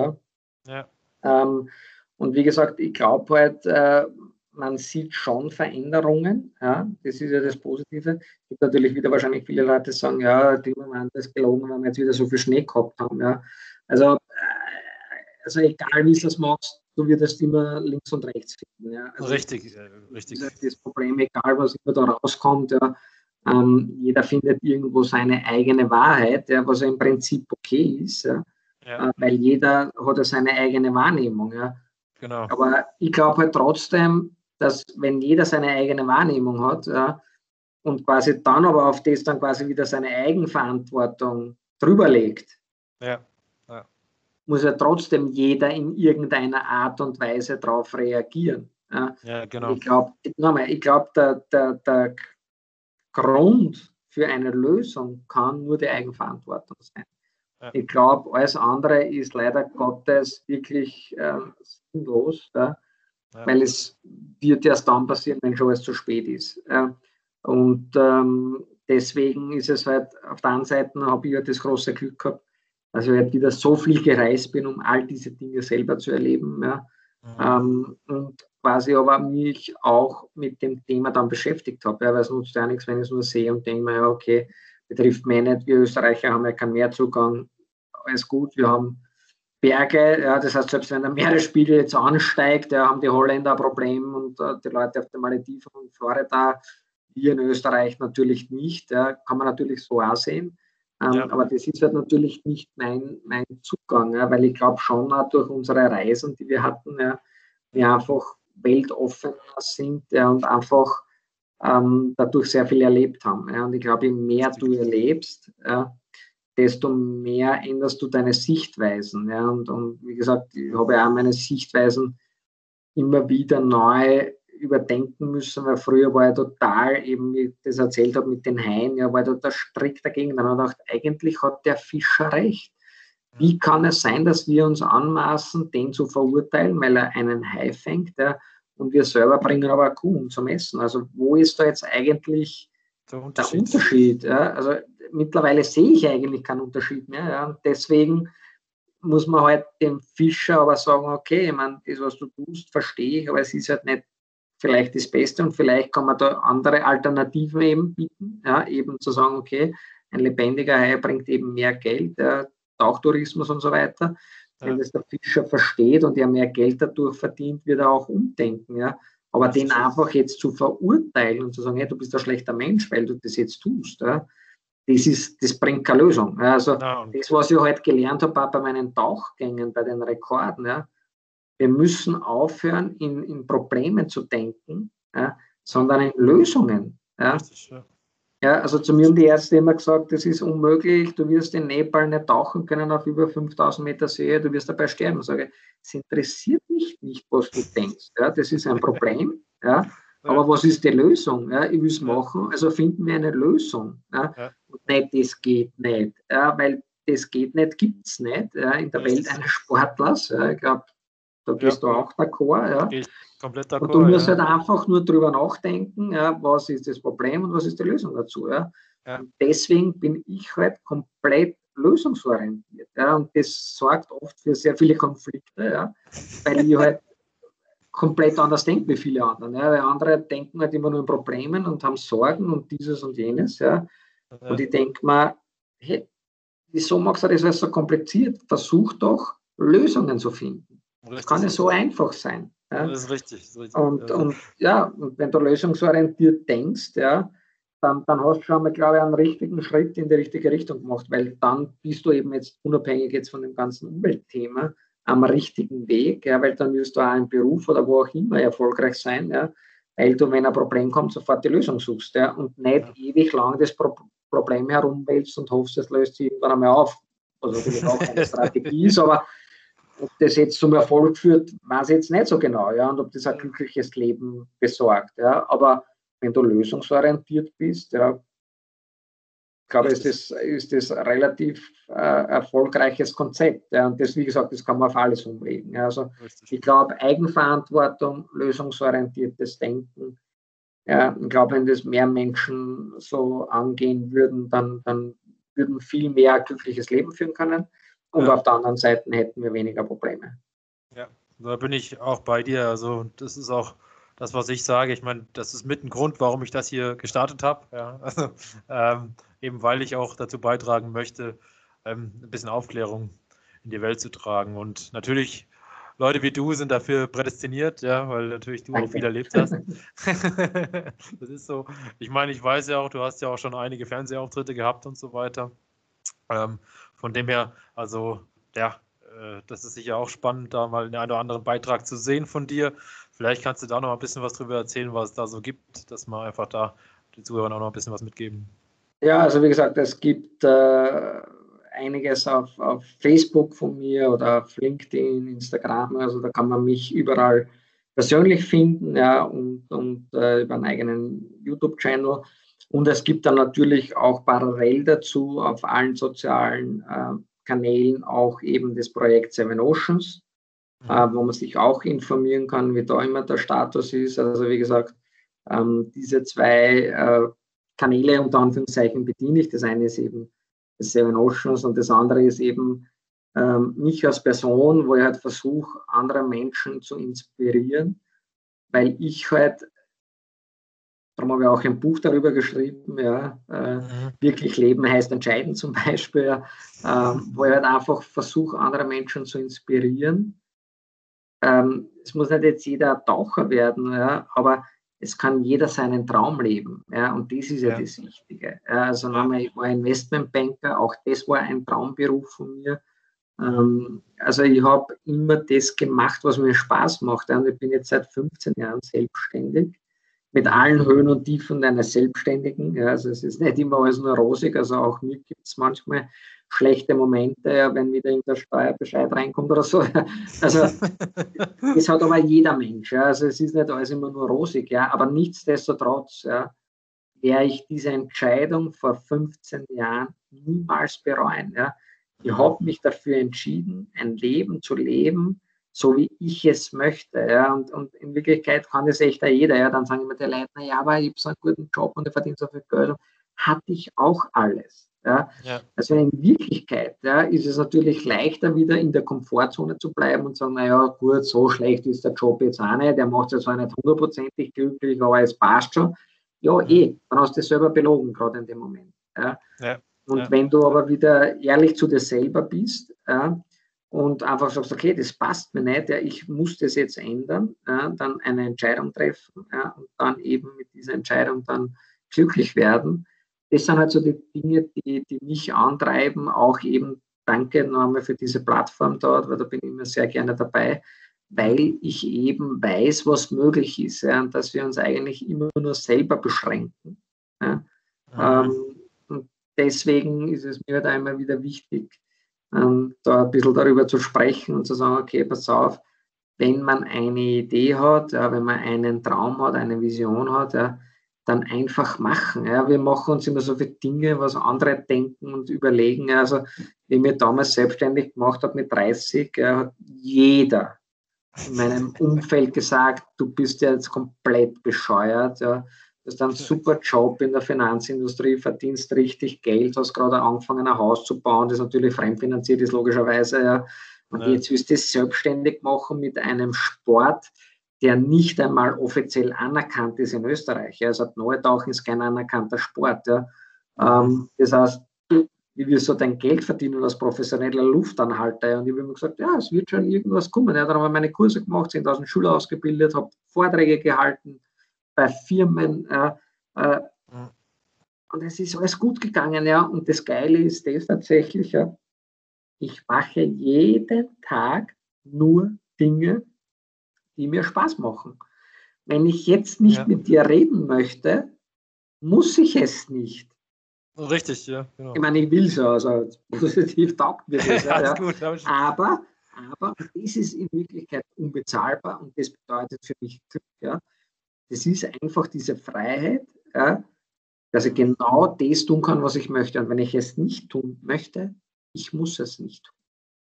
Und wie gesagt, ich glaube halt, man sieht schon Veränderungen. Das ist ja das Positive. Es gibt natürlich wieder wahrscheinlich viele Leute, die sagen, Klimawandel ist gelogen, weil wir jetzt wieder so viel Schnee gehabt haben. Also egal wie du es machst, du wirst immer links und rechts finden. Also richtig. Das ist das Problem, egal was immer da rauskommt. Jeder findet irgendwo seine eigene Wahrheit, was ja im Prinzip okay ist, weil jeder hat ja seine eigene Wahrnehmung. Genau. Aber ich glaube halt trotzdem, dass wenn jeder seine eigene Wahrnehmung hat und quasi dann aber auf das dann quasi wieder seine Eigenverantwortung drüber legt, muss ja trotzdem jeder in irgendeiner Art und Weise darauf reagieren. Genau. Ich glaube, der Grund für eine Lösung kann nur die Eigenverantwortung sein. Ich glaube, alles andere ist leider Gottes wirklich sinnlos, weil es wird erst dann passieren, wenn schon alles zu spät ist. Und deswegen ist es halt, auf der einen Seite habe ich halt das große Glück gehabt, dass ich halt wieder so viel gereist bin, um all diese Dinge selber zu erleben. Und quasi aber mich auch mit dem Thema dann beschäftigt habe, weil es nutzt ja nichts, wenn ich es nur sehe und denke mir, okay, betrifft mich nicht, wir Österreicher haben ja keinen Meerzugang, alles gut, wir haben Berge, das heißt, selbst wenn der Meeresspiegel jetzt ansteigt, haben die Holländer ein Problem und die Leute auf den Malediven und Florida, wir in Österreich natürlich nicht, kann man natürlich so auch sehen. Aber das ist halt natürlich nicht mein Zugang, weil ich glaube schon auch durch unsere Reisen, die wir hatten, wir einfach weltoffener sind und einfach dadurch sehr viel erlebt haben. Und ich glaube, je mehr du erlebst, desto mehr änderst du deine Sichtweisen. Und wie gesagt, ich habe ja auch meine Sichtweisen immer wieder neu überdenken müssen, weil früher war ich total, eben wie ich das erzählt habe mit den Haien, war ich total strikt dagegen. Dann habe ich gedacht, eigentlich hat der Fischer recht. Wie kann es sein, dass wir uns anmaßen, den zu verurteilen, weil er einen Hai fängt, und wir selber bringen aber eine Kuh zum Essen. Also wo ist da jetzt eigentlich der Unterschied? Ja? Also mittlerweile sehe ich eigentlich keinen Unterschied mehr. Ja? Und deswegen muss man halt dem Fischer aber sagen, okay, ich meine, das, was du tust, verstehe ich, aber es ist halt nicht vielleicht das Beste und vielleicht kann man da andere Alternativen eben bieten, ja, eben zu sagen, okay, ein lebendiger Hai bringt eben mehr Geld, Tauchtourismus und so weiter. Ja. Wenn das der Fischer versteht und er mehr Geld dadurch verdient, wird er auch umdenken, ja. Aber den einfach jetzt zu verurteilen und zu sagen, hey, du bist ein schlechter Mensch, weil du das jetzt tust, ja, das bringt keine Lösung. Also das, was ich halt gelernt habe, auch bei meinen Tauchgängen, bei den Rekorden, ja, wir müssen aufhören, in Problemen zu denken, ja, sondern in Lösungen. Ja. Ja, also zu mir haben die Ärzte immer gesagt, das ist unmöglich, du wirst in Nepal nicht tauchen können auf über 5000 Meter See, du wirst dabei sterben. Ich sage, es interessiert mich nicht, was du denkst. Ja, das ist ein Problem. Ja. Aber was ist die Lösung? Ja, ich will es machen, also finden wir eine Lösung. Ja. Und nicht, das geht nicht. Ja, weil das geht nicht, gibt es nicht in der Welt eines Sportlers. Ja, ich glaube, da gehst du auch d'accord. Ja. Gehe ich komplett d'accord. Und du musst halt einfach nur drüber nachdenken, ja, was ist das Problem und was ist die Lösung dazu. Ja. Und deswegen bin ich halt komplett lösungsorientiert. Ja. Und das sorgt oft für sehr viele Konflikte, ja, weil ich halt komplett anders denke wie viele andere. Ja. Weil andere denken halt immer nur in Problemen und haben Sorgen und dieses und jenes. Ja. Und ich denke mir, hey, wieso machst du das alles so kompliziert? Versuch doch, Lösungen zu finden. Das kann ja so einfach sein. Ja. Das ist richtig. Und wenn du lösungsorientiert denkst, ja, dann hast du schon mal, glaube ich, einen richtigen Schritt in die richtige Richtung gemacht, weil dann bist du eben jetzt unabhängig jetzt von dem ganzen Umweltthema am richtigen Weg, ja, weil dann wirst du auch im Beruf oder wo auch immer erfolgreich sein, ja, weil du, wenn ein Problem kommt, sofort die Lösung suchst, ja, und nicht ewig lang das Problem herumwälzt und hoffst, es löst sich irgendwann einmal auf. Also natürlich auch eine Strategie ist, aber ob das jetzt zum Erfolg führt, weiß ich jetzt nicht so genau, ja, und ob das ein glückliches Leben besorgt, ja, aber wenn du lösungsorientiert bist, ja, ich glaube, ist das ein relativ erfolgreiches Konzept, ja, und das, wie gesagt, das kann man auf alles umlegen, ja, also ich glaube, Eigenverantwortung, lösungsorientiertes Denken, ja, ich glaube, wenn das mehr Menschen so angehen würden, dann würden viel mehr ein glückliches Leben führen können. Und auf der anderen Seite hätten wir weniger Probleme. Ja, da bin ich auch bei dir. Also das ist auch das, was ich sage. Ich meine, das ist mit ein Grund, warum ich das hier gestartet habe. Ja, also, eben weil ich auch dazu beitragen möchte, ein bisschen Aufklärung in die Welt zu tragen. Und natürlich, Leute wie du sind dafür prädestiniert, ja, weil natürlich du auch viel erlebt hast. Das ist so. Ich meine, ich weiß ja auch, du hast ja auch schon einige Fernsehauftritte gehabt und so weiter. Von dem her, also ja, das ist sicher auch spannend, da mal einen oder anderen Beitrag zu sehen von dir. Vielleicht kannst du da noch ein bisschen was drüber erzählen, was es da so gibt, dass wir einfach da den Zuhörern auch noch ein bisschen was mitgeben. Ja, also wie gesagt, es gibt einiges auf Facebook von mir oder auf LinkedIn, Instagram, also da kann man mich überall persönlich finden, ja, und über einen eigenen YouTube-Channel. Und es gibt dann natürlich auch parallel dazu auf allen sozialen Kanälen auch eben das Projekt Seven Oceans, wo man sich auch informieren kann, wie da immer der Status ist. Also wie gesagt, diese zwei Kanäle unter Anführungszeichen bediene ich. Das eine ist eben das Seven Oceans und das andere ist eben mich als Person, wo ich halt versuche, andere Menschen zu inspirieren, weil ich halt, darum habe ich auch ein Buch darüber geschrieben, ja, wirklich leben heißt entscheiden zum Beispiel, wo ich halt einfach versuche, andere Menschen zu inspirieren. Es muss nicht jetzt jeder Taucher werden, ja, aber es kann jeder seinen Traum leben, ja, und das ist ja das Wichtige. Ja, also ich war Investmentbanker, auch das war ein Traumberuf von mir. Also ich habe immer das gemacht, was mir Spaß macht, ja, und ich bin jetzt seit 15 Jahren selbstständig, mit allen Höhen und Tiefen eines Selbstständigen. Ja, also es ist nicht immer alles nur rosig, also auch mir gibt es manchmal schlechte Momente, ja, wenn wieder in der Steuerbescheid reinkommt oder so. Also das hat aber jeder Mensch. Ja. Also es ist nicht alles immer nur rosig, ja, aber nichtsdestotrotz werde ich diese Entscheidung vor 15 Jahren niemals bereuen. Ja. Ich habe mich dafür entschieden, ein Leben zu leben, so wie ich es möchte. Ja? Und in Wirklichkeit kann das echt auch jeder. Ja? Dann sagen immer die Leute, naja, aber ich habe so einen guten Job und ich verdiene so viel Geld. Hatte ich auch alles. Ja? Ja. Also in Wirklichkeit ist es natürlich leichter, wieder in der Komfortzone zu bleiben und sagen, naja, gut, so schlecht ist der Job jetzt auch nicht, der macht es zwar nicht hundertprozentig glücklich, aber es passt schon. Ja, dann hast du dich selber belogen, gerade in dem Moment. Ja. Ja. Und wenn du aber wieder ehrlich zu dir selber bist und einfach sagst, okay, das passt mir nicht, ich muss das jetzt ändern, dann eine Entscheidung treffen und dann eben mit dieser Entscheidung dann glücklich werden. Das sind halt so die Dinge, die mich antreiben, auch eben danke nochmal für diese Plattform dort, weil da bin ich immer sehr gerne dabei, weil ich eben weiß, was möglich ist und dass wir uns eigentlich immer nur selber beschränken. Und deswegen ist es mir da immer wieder wichtig, da ein bisschen darüber zu sprechen und zu sagen, okay, pass auf, wenn man eine Idee hat, wenn man einen Traum hat, eine Vision hat, dann einfach machen. Wir machen uns immer so viele Dinge, was andere denken und überlegen. Also, wie ich mich damals selbstständig gemacht habe mit 30, hat jeder in meinem Umfeld gesagt, du bist ja jetzt komplett bescheuert. Du hast einen super Job in der Finanzindustrie, verdienst richtig Geld, hast gerade angefangen, ein Haus zu bauen, das natürlich fremdfinanziert ist, logischerweise. Und jetzt willst du das selbstständig machen mit einem Sport, der nicht einmal offiziell anerkannt ist in Österreich. Also Pneutauchen ist kein anerkannter Sport. Das heißt, wie wirst du dein Geld verdienen als professioneller Luftanhalter? Und ich habe immer gesagt, es wird schon irgendwas kommen. Dann habe ich meine Kurse gemacht, 10.000 Schüler ausgebildet, habe Vorträge gehalten bei Firmen. Und es ist alles gut gegangen. Und das Geile ist das tatsächlich, ich mache jeden Tag nur Dinge, die mir Spaß machen. Wenn ich jetzt nicht mit dir reden möchte, muss ich es nicht. Richtig, ja, genau. Ich meine, ich will es ja, also positiv taugt mir das. Gut, aber das ist in Wirklichkeit unbezahlbar und das bedeutet für mich Glück. Das ist einfach diese Freiheit, dass ich genau das tun kann, was ich möchte. Und wenn ich es nicht tun möchte, ich muss es nicht tun.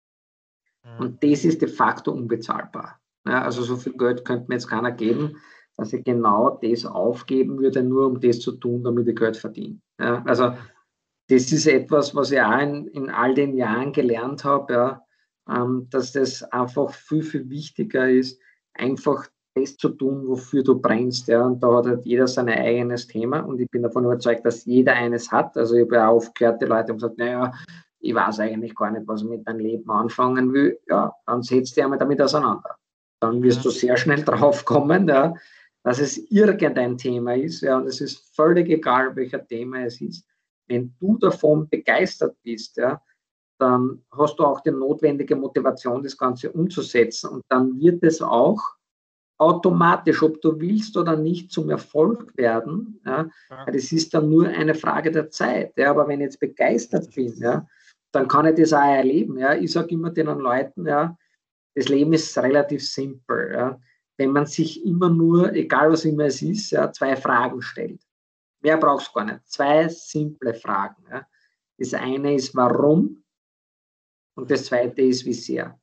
Und das ist de facto unbezahlbar. Also so viel Geld könnte mir jetzt keiner geben, dass ich genau das aufgeben würde, nur um das zu tun, damit ich Geld verdiene. Also das ist etwas, was ich auch in all den Jahren gelernt habe, dass das einfach viel, viel wichtiger ist, einfach das zu tun, wofür du brennst. Und da hat halt jeder sein eigenes Thema und ich bin davon überzeugt, dass jeder eines hat. Also ich habe ja oft gehört, die Leute haben gesagt, naja, ich weiß eigentlich gar nicht, was ich mit meinem Leben anfangen will. Ja, dann setz dich einmal damit auseinander. Dann wirst du sehr schnell drauf kommen, dass es irgendein Thema ist. Und es ist völlig egal, welcher Thema es ist. Wenn du davon begeistert bist, dann hast du auch die notwendige Motivation, das Ganze umzusetzen. Und dann wird es auch automatisch, ob du willst oder nicht, zum Erfolg werden. Das ist dann nur eine Frage der Zeit. Aber wenn ich jetzt begeistert bin, dann kann ich das auch erleben. Ich sage immer den Leuten, das Leben ist relativ simpel. Wenn man sich immer nur, egal was immer es ist, 2 Fragen stellt. Mehr brauchst du gar nicht. 2 simple Fragen. Das eine ist, warum? Und das zweite ist, wie sehr.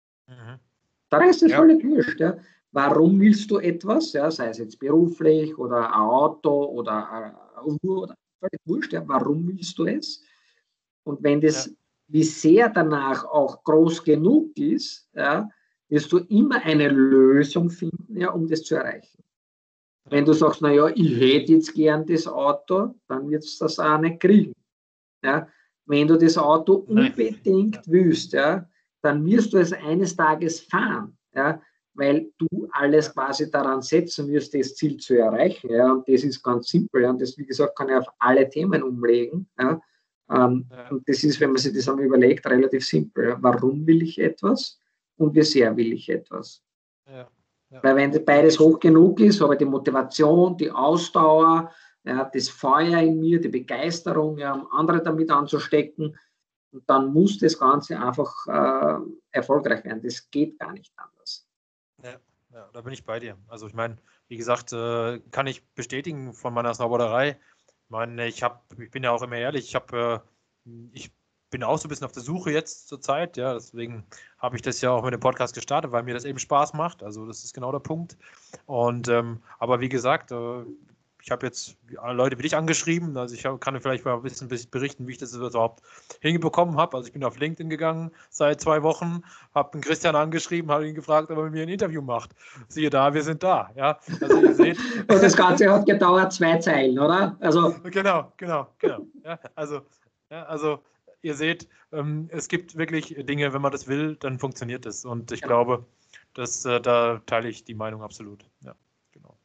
Der Rest ist völlig wurscht. Warum willst du etwas? Sei es jetzt beruflich oder ein Auto oder eine Uhr, oder völlig wurscht. Warum willst du es? Und wenn das, wie sehr danach auch groß genug ist, wirst du immer eine Lösung finden, um das zu erreichen. Wenn du sagst, naja, ich hätte jetzt gern das Auto, dann wirst du das auch nicht kriegen. Wenn du das Auto unbedingt willst, dann wirst du es eines Tages fahren, weil du alles quasi daran setzen wirst, das Ziel zu erreichen. Und das ist ganz simpel. Und das, wie gesagt, kann ich auf alle Themen umlegen. Und das ist, wenn man sich das einmal überlegt, relativ simpel. Warum will ich etwas und wie sehr will ich etwas? Weil wenn beides hoch genug ist, habe ich die Motivation, die Ausdauer, das Feuer in mir, die Begeisterung, um andere damit anzustecken. Und dann muss das Ganze einfach erfolgreich werden. Das geht gar nicht anders. Ja, da bin ich bei dir. Also ich meine, wie gesagt, kann ich bestätigen von meiner Snowboarderei. Ich meine, ich bin ja auch immer ehrlich, ich bin auch so ein bisschen auf der Suche jetzt zur Zeit, ja, deswegen habe ich das ja auch mit dem Podcast gestartet, weil mir das eben Spaß macht, also das ist genau der Punkt. Und aber wie gesagt, ich habe jetzt Leute wie dich angeschrieben, also ich kann vielleicht mal ein bisschen berichten, wie ich das überhaupt hinbekommen habe. Also ich bin auf LinkedIn gegangen seit 2 Wochen, habe den Christian angeschrieben, habe ihn gefragt, ob er mit mir ein Interview macht. Siehe da, wir sind da. Ja? Also ihr seht. Und das Ganze hat gedauert 2 Zeilen, oder? Also Genau. Ja, also ihr seht, es gibt wirklich Dinge, wenn man das will, dann funktioniert es. Und ich glaube, da teile ich die Meinung absolut. Ja, genau.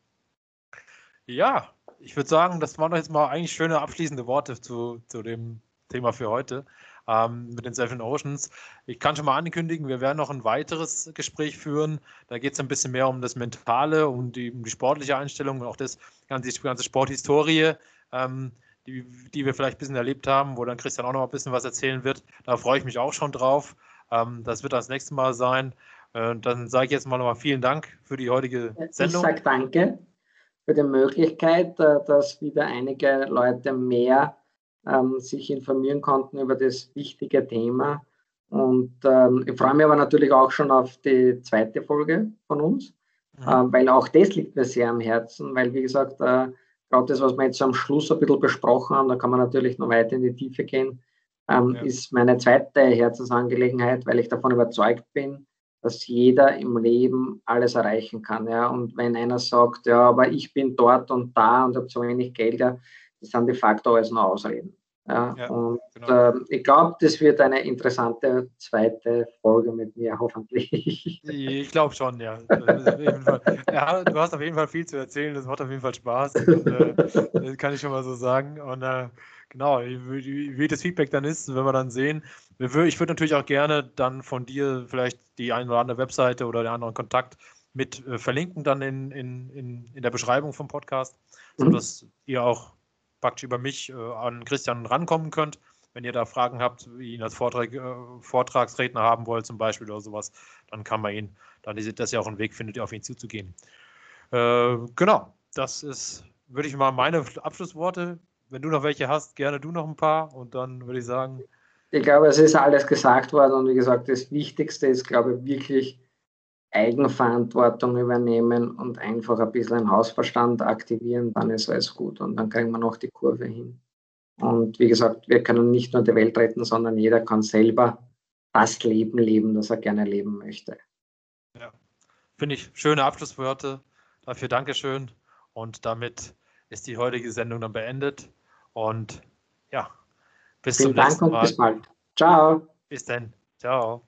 Ja, ich würde sagen, das waren doch jetzt mal eigentlich schöne abschließende Worte zu dem Thema für heute mit den 7 Oceans. Ich kann schon mal ankündigen, wir werden noch ein weiteres Gespräch führen. Da geht es ein bisschen mehr um das Mentale, um die sportliche Einstellung und auch die ganze Sporthistorie, die wir vielleicht ein bisschen erlebt haben, wo dann Christian auch noch ein bisschen was erzählen wird. Da freue ich mich auch schon drauf. Das wird das nächste Mal sein. Dann sage ich jetzt mal nochmal vielen Dank für die heutige Sendung. Ich sage danke für die Möglichkeit, dass wieder einige Leute mehr sich informieren konnten über das wichtige Thema. Und ich freue mich aber natürlich auch schon auf die 2. Folge von uns, weil auch das liegt mir sehr am Herzen, weil wie gesagt, gerade das, was wir jetzt am Schluss ein bisschen besprochen haben, da kann man natürlich noch weiter in die Tiefe gehen, ist meine 2. Herzensangelegenheit, weil ich davon überzeugt bin, dass jeder im Leben alles erreichen kann. Ja? Und wenn einer sagt, ja, aber ich bin dort und da und habe so wenig Geld, ja, das sind de facto alles nur Ausreden. Ja? Und genau. Ich glaube, das wird eine interessante 2. Folge mit mir, hoffentlich. Ich glaube schon, ja. Ja. Du hast auf jeden Fall viel zu erzählen, das macht auf jeden Fall Spaß. Und, das kann ich schon mal so sagen. Und genau, wie das Feedback dann ist, werden wir dann sehen. Ich würde natürlich auch gerne dann von dir vielleicht die eine oder andere Webseite oder den anderen Kontakt mit verlinken dann in der Beschreibung vom Podcast, sodass ihr auch praktisch über mich an Christian rankommen könnt. Wenn ihr da Fragen habt, wie ihr ihn als Vortragsredner haben wollt zum Beispiel oder sowas, dann kann man ihn, dann ist das ja auch ein Weg, findet ihr, auf ihn zuzugehen. Genau, das ist, würde ich mal meine Abschlussworte. Wenn du noch welche hast, gerne du noch ein paar und dann würde ich sagen. Ich glaube, es ist alles gesagt worden und wie gesagt, das Wichtigste ist, glaube ich, wirklich Eigenverantwortung übernehmen und einfach ein bisschen den Hausverstand aktivieren, dann ist alles gut und dann kriegen wir noch die Kurve hin. Und wie gesagt, wir können nicht nur die Welt retten, sondern jeder kann selber das Leben leben, das er gerne leben möchte. Ja, finde ich schöne Abschlussworte. Dafür Dankeschön. Und damit ist die heutige Sendung dann beendet. Und ja, bis zum nächsten Mal. Vielen Dank und bis bald. Ciao. Bis dann. Ciao.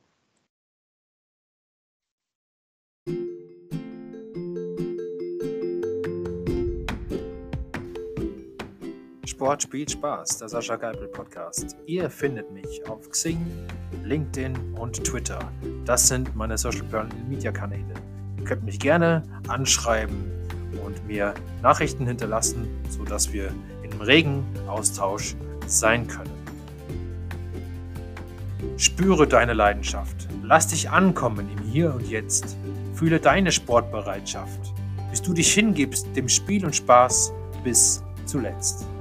Sport spielt Spaß, der Sascha Geipel Podcast. Ihr findet mich auf Xing, LinkedIn und Twitter. Das sind meine Social Media Kanäle. Ihr könnt mich gerne anschreiben und mir Nachrichten hinterlassen, sodass wir in einem regen Austausch sein können. Spüre deine Leidenschaft. Lass dich ankommen im Hier und Jetzt. Fühle deine Sportbereitschaft, bis du dich hingibst dem Spiel und Spaß bis zuletzt.